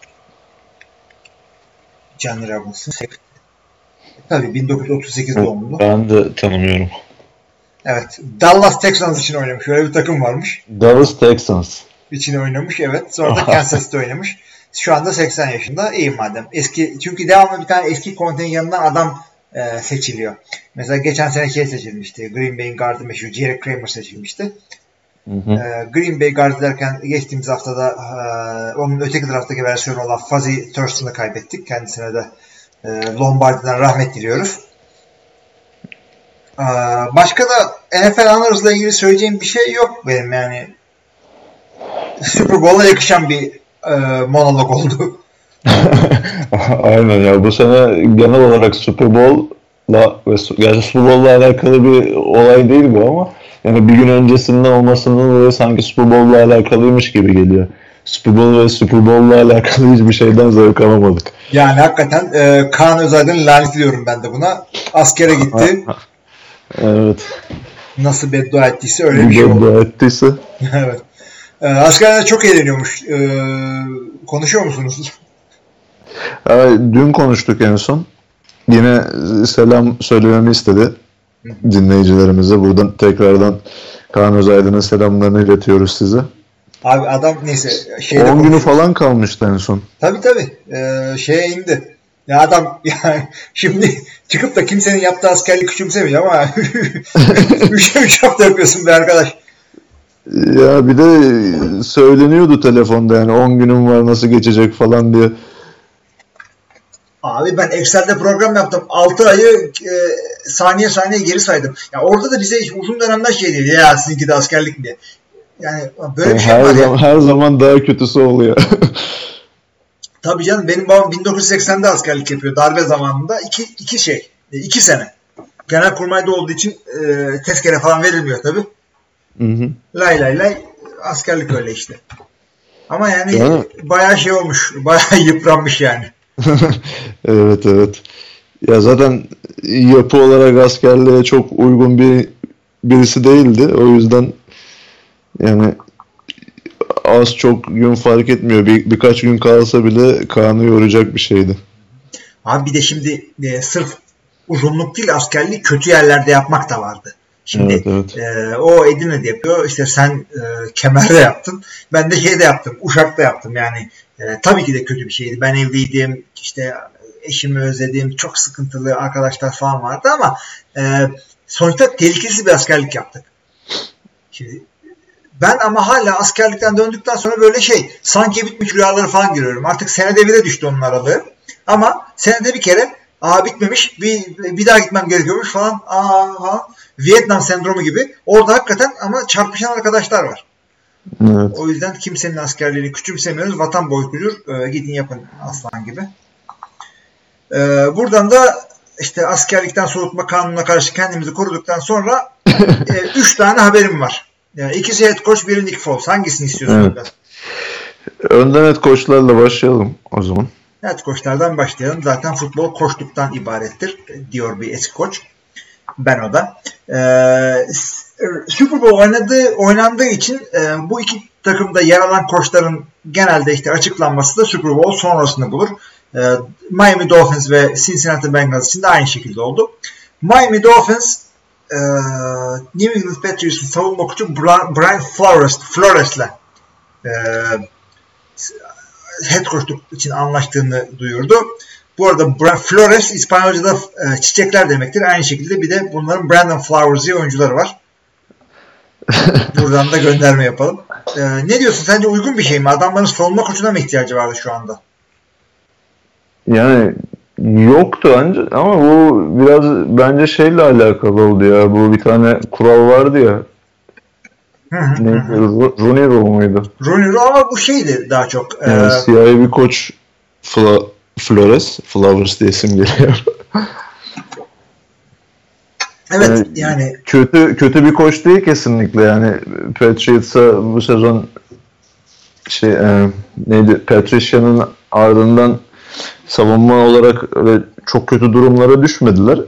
John Robinson safety. Tabii bin dokuz yüz otuz sekiz doğumlu.
Ben de tanımıyorum.
Evet. Dallas Texans için oynamış. Öyle bir takım varmış.
Dallas Texans
için oynamış, evet. Sonra da Kansas City'de oynamış. Şu anda seksen yaşında. İyi madem. Eski, çünkü devamlı bir tane eski kontenjanından adam e, seçiliyor. Mesela geçen sene şey seçilmişti. Green Bay'in gardı meşhur Jerry Kramer seçilmişti. Hı hı. E, Green Bay gardı derken geçtiğimiz haftada e, onun öteki taraftaki versiyonu olan Fuzzy Thurston'ı kaybettik. Kendisine de e, Lombardi'den rahmet diliyoruz. E, başka da N F L Honors'la ilgili söyleyeceğim bir şey yok benim, yani. Super Bowl'a yakışan bir e, monolog oldu.
Aynen ya, bu sene genel olarak Super Bowl'la ve yani Super Bowl'la alakalı bir olay değil bu ama yani bir gün öncesinden olmasının dolayı sanki Super Bowl'la alakalıymış gibi geliyor. Super Bowl ve Super Bowl'la alakalı hiçbir şeyden zevk alamadık.
Yani hakikaten e, Kaan Özaydın'ı lanetliyorum ben de buna. Askere gitti.
Evet.
Nasıl beddua ettiyse öyle bir şey oldu.
Beddua ettiyse.
Evet. E, askerler çok eğleniyormuş. E, konuşuyor musunuz?
Yani dün konuştuk en son. Yine selam söylememi istedi dinleyicilerimize. Buradan tekrardan Kaan Özaydın'ın selamlarını iletiyoruz size.
Abi adam neyse.
on günü falan kalmıştı en son.
Tabii tabii. Ee, şeye indi. Ya adam yani şimdi çıkıp da kimsenin yaptığı askerlik küçümsemiyor ama üç hafta yapıyorsun be arkadaş.
Ya bir de söyleniyordu telefonda, yani on günüm var nasıl geçecek falan diye.
Abi ben Excel'de program yaptım. altı ayı e, saniye saniye geri saydım. Ya orada da bize uzun dönemden şey değil. Ya sizinki de askerlik diye. Yani böyle bir şey
her
var
zaman,
ya.
Her zaman daha kötüsü oluyor.
Tabii canım, benim babam bin dokuz yüz seksende askerlik yapıyor. Darbe zamanında. iki, iki şey. iki sene. Genelkurmay'da olduğu için e, tezkere falan verilmiyor tabii. Hı hı. Lay lay lay askerlik öyle işte. Ama yani değil bayağı şey olmuş. Bayağı yıpranmış yani.
Evet evet. Ya zaten yapı olarak askerliğe çok uygun bir birisi değildi. O yüzden yani az çok gün fark etmiyor. Bir, birkaç gün kalsa bile Kaan'ı yoracak bir şeydi.
Abi bir de şimdi e, sırf uzunluk değil, askerliği kötü yerlerde yapmak da vardı. Şimdi evet, evet. E, o Edirne'de yapıyor. İşte sen e, Kemer'de yaptın. Ben de şeyde yaptım. Uşak'ta yaptım. Yani e, tabii ki de kötü bir şeydi. Ben evliydim. İşte eşimi özledim. Çok sıkıntılı arkadaşlar falan vardı ama e, sonuçta tehlikesiz bir askerlik yaptık. Şimdi ben ama hala askerlikten döndükten sonra böyle şey, sanki bitmiş rüyaları falan görüyorum. Artık senede bire düştü onun aralığı. Ama senede bir kere aa bitmemiş, bir, bir daha gitmem gerekiyormuş falan. Aa, falan. Vietnam sendromu gibi. Orada hakikaten ama çarpışan arkadaşlar var. Evet. O yüzden kimsenin askerliğini küçümsemiyoruz. Vatan boyutudur. Ee, gidin yapın aslan gibi. Ee, buradan da işte askerlikten soğutma kanununa karşı kendimizi koruduktan sonra e, üç tane haberim var. Yani ikisi head coach, biri Nick Foles. Hangisini istiyorsun?
Evet. Önden head coachlarla başlayalım o zaman.
Head coachlardan başlayalım. Zaten futbol koçluktan ibarettir diyor bir eski koç. ben o da. Ee, Super Bowl oynadığı, oynandığı için e, bu iki takımda yer alan koçların genelde işte açıklanması da Super Bowl sonrasını bulur. E, Miami Dolphins ve Cincinnati Bengals için de aynı şekilde oldu. Miami Dolphins e, New England Patriots'ın savunma koçu Brian Flores Flores'le e, head coachluk için anlaştığını duyurdu. Bu arada Brian Flores İspanyolca'da e, çiçekler demektir. Aynı şekilde bir de bunların Brandon Flowers diye oyuncuları var. Buradan da gönderme yapalım. Ee, ne diyorsun? Sence uygun bir şey mi? Adamların savunma koçuna mı ihtiyacı vardı şu anda?
Yani yoktu önce ama bu biraz bence şeyle alakalı oldu ya. Bu bir tane kural vardı ya. Neydi? Rooney Rule muydu?
Rooney Rule ama bu şeydi daha çok.
Yani
ee...
siyahi bir koç Fla, Flores, Flowers diye isim geliyor.
Evet
yani,
yani
kötü kötü bir koç değil kesinlikle yani Patriots'a bu sezon şey e, neydi Patricia'nın ardından savunma olarak öyle çok kötü durumlara düşmediler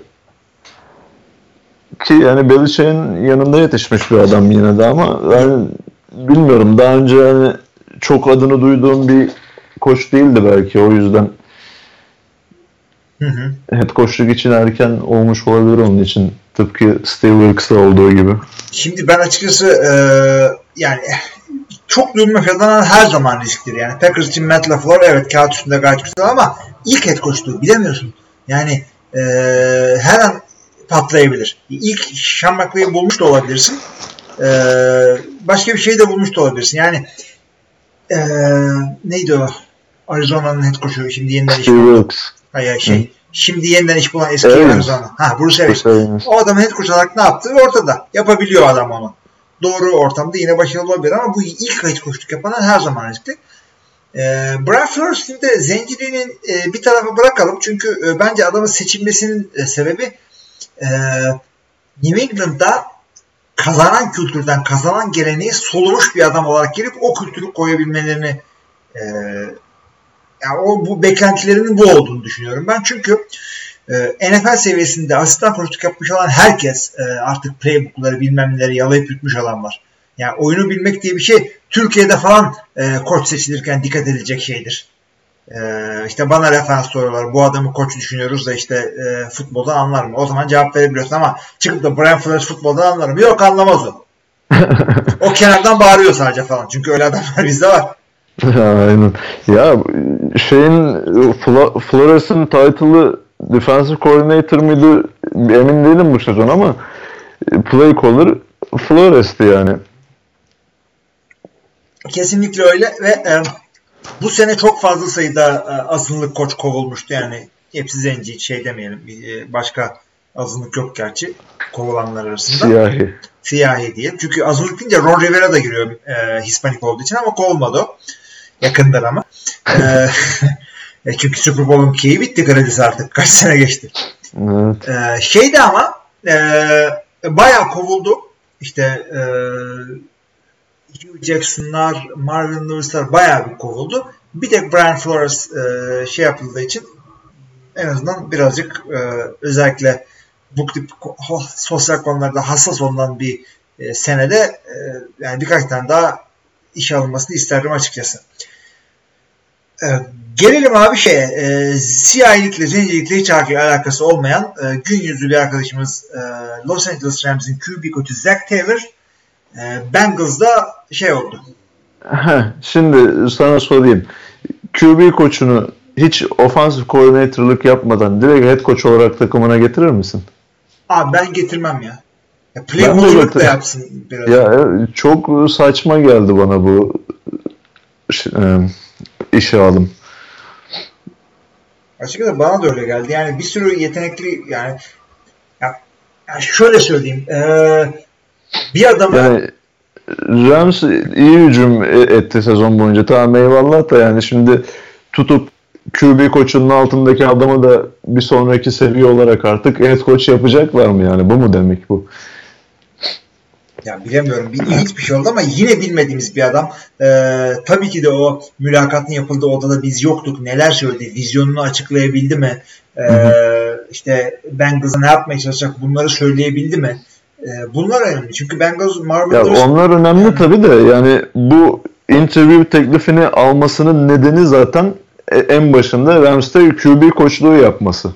ki yani Belichick'in yanında yetişmiş bir adam yine de ama yani bilmiyorum daha önce yani çok adını duyduğum bir koç değildi belki o yüzden. Hı hı. Head coachluk için erken olmuş olabilir onun için. Tıpkı Steve Wilkes'ta olduğu gibi.
Şimdi ben açıkçası e, yani çok duyulma falan her zaman risktir. Yani Packers için Matt LaFleur evet kağıt üstünde gayet güzel ama ilk head coachluğu bilemiyorsun. Yani e, her an patlayabilir. İlk Sean McVay'i bulmuş da olabilirsin. E, başka bir şey de bulmuş da olabilirsin. Yani e, neydi o? Arizona'nın head coach'u şimdi yeniden iş buldu. Hayır şey. Hı. Şimdi yeniden iş bulan eski evet. Arizona. Ha, Bruce Arians. O adamın head coach olarak ne yaptığı ortada. Yapabiliyor adam onu. Doğru ortamda yine başarılı olabilir ama bu ilk head coachluk yapanlar her zaman riskli. Ee, Brian Flores'in de zenciliğinin e, bir tarafa bırakalım. Çünkü e, bence adamın seçilmesinin e, sebebi e, New England'da kazanan kültürden, kazanan geleneği solumuş bir adam olarak gelip o kültürü koyabilmelerini e, yani o bu beklentilerinin bu olduğunu düşünüyorum ben. Çünkü e, N F L seviyesinde asistan koçluk yapmış olan herkes e, artık playbook'ları bilmem neleri yalayıp yutmuş olan var. Yani oyunu bilmek diye bir şey Türkiye'de falan e, koç seçilirken dikkat edilecek şeydir. E, işte bana referans soruyorlar. Bu adamı koç düşünüyoruz da işte e, futboldan anlar mı? O zaman cevap verebiliyorsun ama çıkıp da Brian Flores futboldan anlar mı? Yok anlamaz o. O kenardan bağırıyor sadece falan. Çünkü öyle adamlar bizde var.
Aynen. Ya şeyin Flores'in title'ı defensive coordinator mıydı emin değilim bu sezon ama play caller Flores'ti yani.
Kesinlikle öyle ve e, bu sene çok fazla sayıda e, azınlık koç kovulmuştu yani hepsi zenci şey demeyelim e, başka azınlık yok gerçi kovulanlar arasında.
Siyahi.
Siyahi diyelim. Çünkü azınlık deyince Ron Rivera da giriyor e, Hispanik olduğu için ama kovulmadı o. Yakındır ama. e, çünkü Super Bowl'un key'i bitti kredisi artık. Kaç sene geçti.
Evet.
E, şeydi ama e, bayağı kovuldu. İşte e, Hugh Jackson'lar, Marvin Lewis'lar bayağı bir kovuldu. Bir tek Brian Flores e, şey yapıldığı için en azından birazcık e, özellikle bu tip sosyal konularda hassas olan bir e, senede e, yani birkaç tane daha işe alınmasını isterdim açıkçası. E, gelelim abi şeye e, siyahilikle, zencilikle hiç alakası olmayan e, gün yüzlü bir arkadaşımız e, Los Angeles Rams'in Q B koçu Zach Taylor e, Bengals'da şey oldu.
Şimdi sana sorayım. Q B koçunu hiç offensive coordinator'lık yapmadan direkt head coach olarak takımına getirir misin?
Abi ben getirmem ya. ya Playbook'luk da yapsın biraz.
Ya çok saçma geldi bana bu işe alım.
Açıkçası bana da öyle geldi. Yani bir sürü yetenekli yani ya, ya şöyle söyleyeyim. Ee, bir adamı
yani Rams iyi hücum etti sezon boyunca. Tamam eyvallah da yani şimdi tutup Q B koçunun altındaki adamı da bir sonraki seviye olarak artık head coach yapacaklar mı yani? Bu mu demek bu?
Ya bilemiyorum. Bir, hiçbir şey oldu ama yine bilmediğimiz bir adam. Ee, tabii ki de o mülakatın yapıldığı odada biz yoktuk. Neler söyledi? Vizyonunu açıklayabildi mi? Ee, işte Bengals'a ne yapmaya çalışacak bunları söyleyebildi mi? E, bunlar önemli. Çünkü Bengals Marvin
Ya
Lewis...
onlar önemli yani. Tabii de yani bu interview teklifini almasının nedeni zaten en başında Rams'te Q B koçluğu yapması.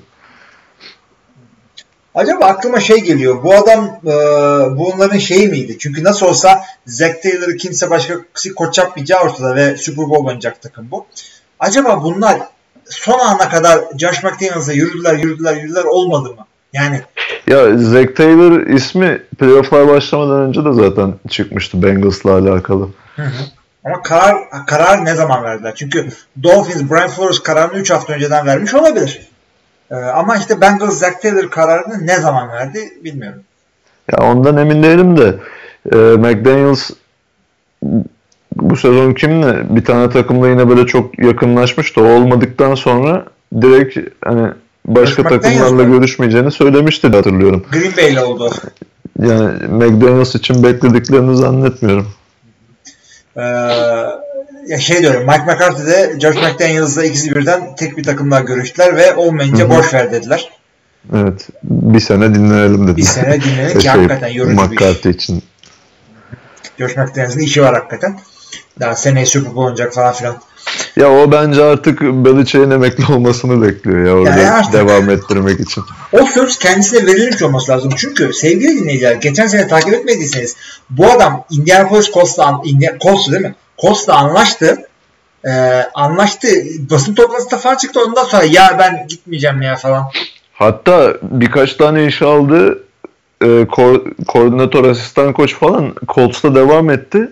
Acaba aklıma şey geliyor. Bu adam e, bu onların şeyi miydi? Çünkü nasıl olsa Zach Taylor'ı kimse başkası koç yapmayacağı ortada ve Super Bowl oynayacak takım bu. Acaba bunlar son ana kadar Josh McDaniels'a yürüdüler, yürüdüler, yürüdüler olmadı mı? Yani
ya Zach Taylor ismi playoff'lar başlamadan önce de zaten çıkmıştı Bengals'la alakalı.
Hı hı. Ama karar karar ne zaman verdiler? Çünkü Dolphins Brian Flores kararını üç hafta önceden vermiş olabilir. Ee, ama işte Bengals Zach Taylor kararını ne zaman verdi bilmiyorum.
Ya ondan emin değilim de e, McDaniels bu sezon kimle bir tane takımla yine böyle çok yakınlaşmıştı. O olmadıktan sonra direkt hani başka
Josh
takımlarla görüşmeyeceğini söylemişti hatırlıyorum.
Green Bay'le oldu.
Yani McDaniels için beklediklerini zannetmiyorum.
Ee, ya şey diyorum, Mike McCarthy de Josh McDaniels'la ikisi birden tek bir takımla görüştüler ve olmayınca Hı-hı. boş ver dediler.
Evet. Bir sene dinleyelim dediler.
Bir sene dinleyelim ki şey, hakikaten yorucu bir iş.
McCarthy için.
Josh McDaniels'ın işi var hakikaten. Daha seneye Super Bowl oynayacak falan filan.
Ya o bence artık Belichick'in emekli olmasını bekliyor ya orada yani devam ettirmek için.
O söz kendisine verilmiş olması lazım. Çünkü sevgili dinleyiciler, geçen sene takip etmediyseniz bu adam Indianapolis Colts'la Colts'u değil mi? Colts'la anlaştı. Ee, anlaştı. Basın toplantısında falan çıktı. Ondan sonra ya ben gitmeyeceğim ya falan.
Hatta birkaç tane iş aldı. E, ko- koordinatör, asistan koç falan Colts'ta devam etti.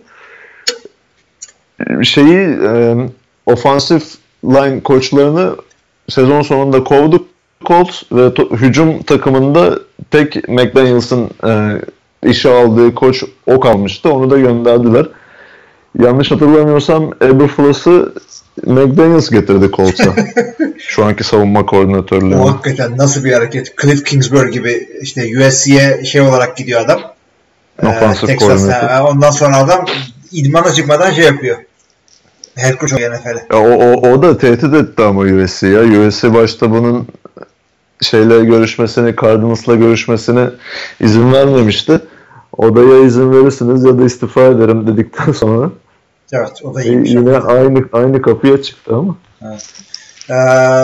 Şeyi e, ofansif line koçlarını sezon sonunda kovdu Colts ve to- hücum takımında tek McDaniels'ın e, işe aldığı koç o kalmıştı. Onu da gönderdiler. Yanlış hatırlamıyorsam Eberflus'ı McDaniels getirdi Colts'a. Şu anki savunma koordinatörlüğü.
O hakikaten nasıl bir hareket. Cliff Kingsbury gibi işte U S C'ye şey olarak gidiyor adam.
Ofansif
ee,
koordinatör.
Ondan sonra adam idmana çıkmadan şey yapıyor. Head coach N F L'e.
O, o, o da tehdit etti ama U S C ya. U S C başta bunun şeyle görüşmesini, Cardinals'la görüşmesine izin vermemişti. O da ya izin verirsiniz ya da istifa ederim dedikten sonra.
Evet, o da iyiymiş.
E, yine aynı aynı kapıya çıktı ama.
Evet. Ee,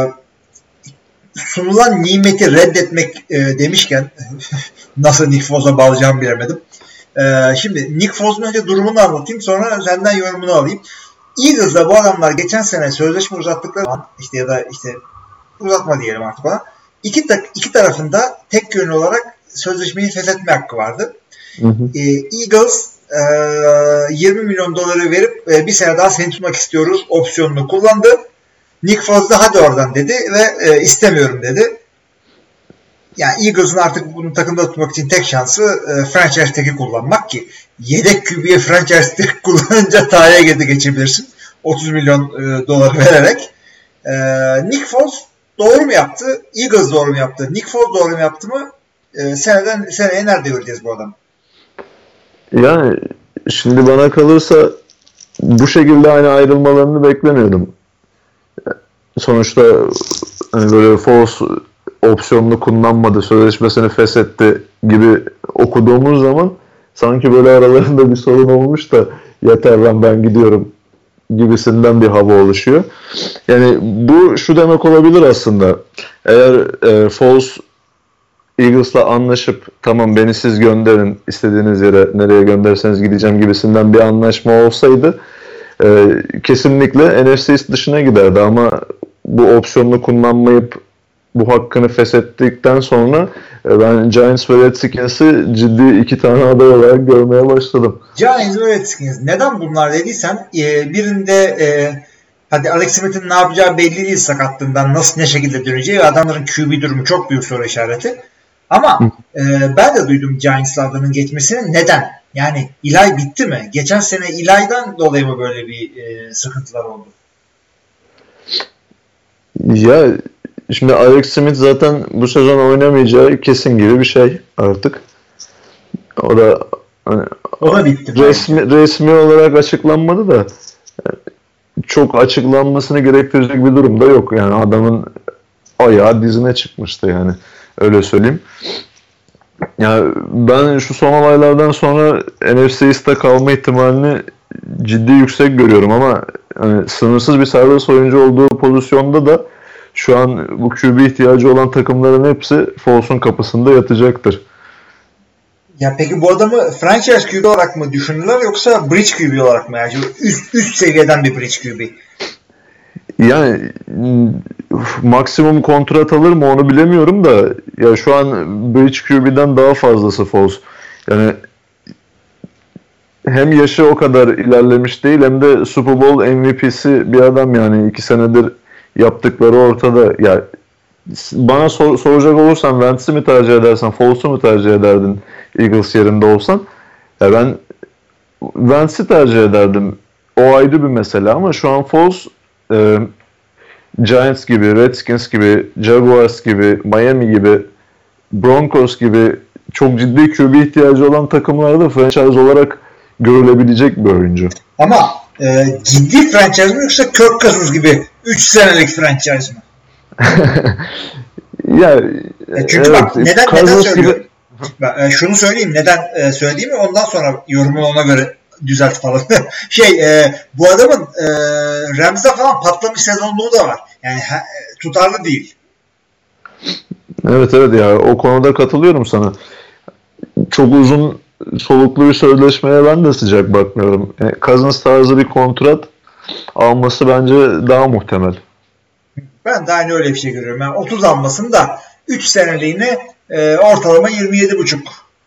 sunulan nimeti reddetmek e, demişken nasıl Nick Fos'a bağlayacağımı bilemedim. Ee, şimdi Nick Fos'un önce durumunu anlatayım, sonra senden yorumunu alayım. Eagles'da bu adamlar geçen sene sözleşme uzattıkları zaman işte ya da işte uzatma diyelim artık ona. İki, ta- iki tarafında tek yönlü olarak sözleşmeyi feshetme hakkı vardı. Hı hı. Ee, Eagles e, yirmi milyon doları verip e, bir sene daha seni tutmak istiyoruz opsiyonunu kullandı. Nick Foles da hadi oradan dedi ve e, istemiyorum dedi. Yani Eagles'ın artık bunu takımda tutmak için tek şansı e, franchise tag'i kullanmak ki yedek Q B'ye franchise tag kullanınca tarihe geçebilirsin. otuz milyon e, dolar vererek. E, Nick Foles doğru mu yaptı? Eagles doğru mu yaptı? Nick Foles doğru mu yaptı mı? E, seneden seneye nerede göreceğiz bu adam?
Yani şimdi bana kalırsa bu şekilde aynı ayrılmalarını beklemiyordum. Sonuçta hani böyle Foles opsiyonunu kullanmadı, sözleşmesini feshetti gibi okuduğumuz zaman sanki böyle aralarında bir sorun olmuş da yeter lan ben gidiyorum gibisinden bir hava oluşuyor. Yani bu şu demek olabilir aslında. Eğer e, Foles Eagles'la anlaşıp tamam beni siz gönderin istediğiniz yere nereye gönderirseniz gideceğim gibisinden bir anlaşma olsaydı e, kesinlikle N F C dışına giderdi ama bu opsiyonunu kullanmayıp bu hakkını feshettikten sonra e, ben Giants ve Redskins'i ciddi iki tane aday olarak görmeye başladım.
Giants ve Redskins. Neden bunlar dediysen e, birinde e, hadi Alex Smith'in ne yapacağı belli değil sakatlığından nasıl ne şekilde döneceği ve adamların Q B durumu çok büyük soru işareti. Ama e, ben de duydum Giants'la adının geçmesini. Neden? Yani Eli bitti mi? Geçen sene Eli'den dolayı mı böyle bir e, sıkıntılar oldu?
Ya şimdi Alex Smith zaten bu sezon oynamayacağı kesin gibi bir şey artık. O da hani
o da bitti.
Resmi, resmi olarak açıklanmadı da çok açıklanmasını gerektirecek bir durum da yok. Yani adamın ayağı dizine çıkmıştı yani. Öyle söyleyeyim. Yani ben şu son olaylardan sonra N F C East'te kalma ihtimalini ciddi yüksek görüyorum ama hani sınırsız bir serbest oyuncu olduğu pozisyonda da şu an bu Q B ihtiyacı olan takımların hepsi Foles'un kapısında yatacaktır.
Ya peki bu adamı franchise Q B olarak mı düşünürler yoksa bridge Q B olarak mı? Yani üst, üst seviyeden bir bridge Q B.
Yani maksimum kontrat alır mı onu bilemiyorum da ya şu an bridge Q B'den daha fazlası Foles. Yani hem yaşı o kadar ilerlemiş değil hem de Super Bowl M V P'si bir adam yani iki senedir yaptıkları ortada. Ya bana sor, soracak olursan Wentz'i mi tercih edersen, Foles'u mu tercih ederdin Eagles yerinde olsan? Ya ben Wentz'i tercih ederdim. O ayrı bir mesele ama şu an Foles e, Giants gibi, Redskins gibi, Jaguars gibi, Miami gibi, Broncos gibi çok ciddi Q B ihtiyacı olan takımlarda franchise olarak görülebilecek bir oyuncu.
Ama e, ciddi franchise mi yoksa Kirk Cousins gibi üç senelik franchise mi?
ya,
e çünkü evet, bak neden, neden söylüyorum? Ben, e, şunu söyleyeyim. Neden e, söylediğimi ondan sonra yorumunu ona göre düzelt falan. şey e, bu adamın e, Rams'da falan patlamış sezonluğu da var. Yani he, tutarlı değil.
Evet evet ya o konuda katılıyorum sana. Çok uzun soluklu bir sözleşmeye ben de sıcak bakmıyorum. Yani Cousins tarzı bir kontrat alması bence daha muhtemel.
Ben de aynı öyle bir şey görüyorum. Yani otuz almasın da üç seneliğine e, ortalama yirmi yedi buçuk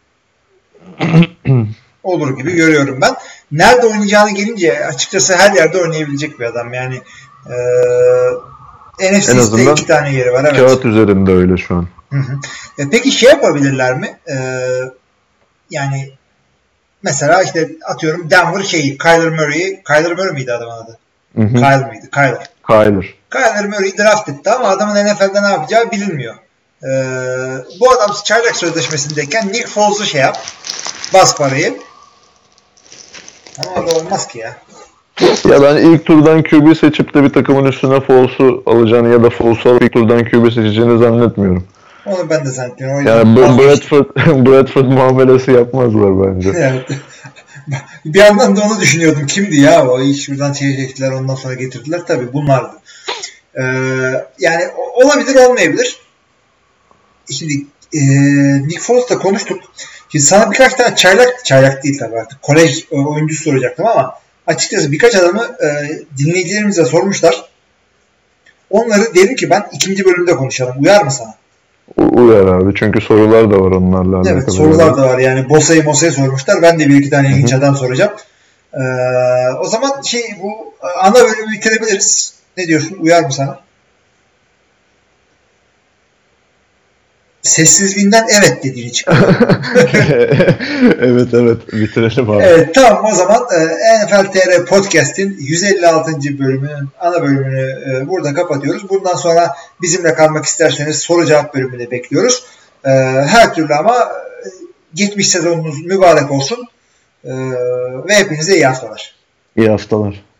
olur gibi görüyorum ben. Nerede oynayacağını gelince açıkçası her yerde oynayabilecek bir adam. Yani e, N F C'de iki tane yeri var. Evet.
Kağıt üzerinde öyle şu an.
Hı hı. E, peki şey yapabilirler mi? E, yani mesela işte atıyorum Denver şeyi Kyler Murray'i Kyler Murray miydi adamın adı? Hı hı. Kyle mıydı? Kyler.
Kyler.
Kyler Murray'i draft etti ama adamın N F L'de ne yapacağı bilinmiyor. Ee, bu adam çaylak sözleşmesindeyken Nick Foles'u şey yap. Bas parayı. Ama o da olmaz ki ya.
Ya ben ilk turdan Q B seçip de bir takımın üstüne Foles'u alacağını ya da Foles'u alıp ilk turdan Q B seçeceğini zannetmiyorum.
Onu ben de zannetmiyorum.
Yani Bradford, Bradford muamelesi yapmazlar bence. Evet.
Bir yandan da onu düşünüyordum. Kimdi ya o? İlk şuradan çekecektiler ondan sonra getirdiler. Tabii bunlardı. Ee, yani olabilir olmayabilir. Şimdi e, Nick Foles'la konuştuk. Şimdi sana birkaç tane çaylak, çaylak değil tabii artık. Kolej oyuncusu soracaktım ama açıkçası birkaç adamı e, dinleyicilerimize sormuşlar. Onları dedim ki ben ikinci bölümde konuşalım. Uyar mı sana?
Uyar abi. Çünkü sorular da var onlarla alakalı.
Evet sorular da var. Yani Bosa'yı Mosa'yı sormuşlar. Ben de bir iki tane ilginç adam soracağım. Ee, o zaman şey bu ana bölümü bitirebiliriz. Ne diyorsun? Uyar mı sana? Sessizliğinden evet dediğini çıktı.
evet evet bitirelim abi.
Evet tamam o zaman N F L T R Podcast'in yüz elli altıncı bölümünün ana bölümünü burada kapatıyoruz. Bundan sonra bizimle kalmak isterseniz soru cevap bölümünü bekliyoruz. Her türlü ama geçmiş sezonunuz mübarek olsun ve hepinize iyi haftalar.
İyi haftalar.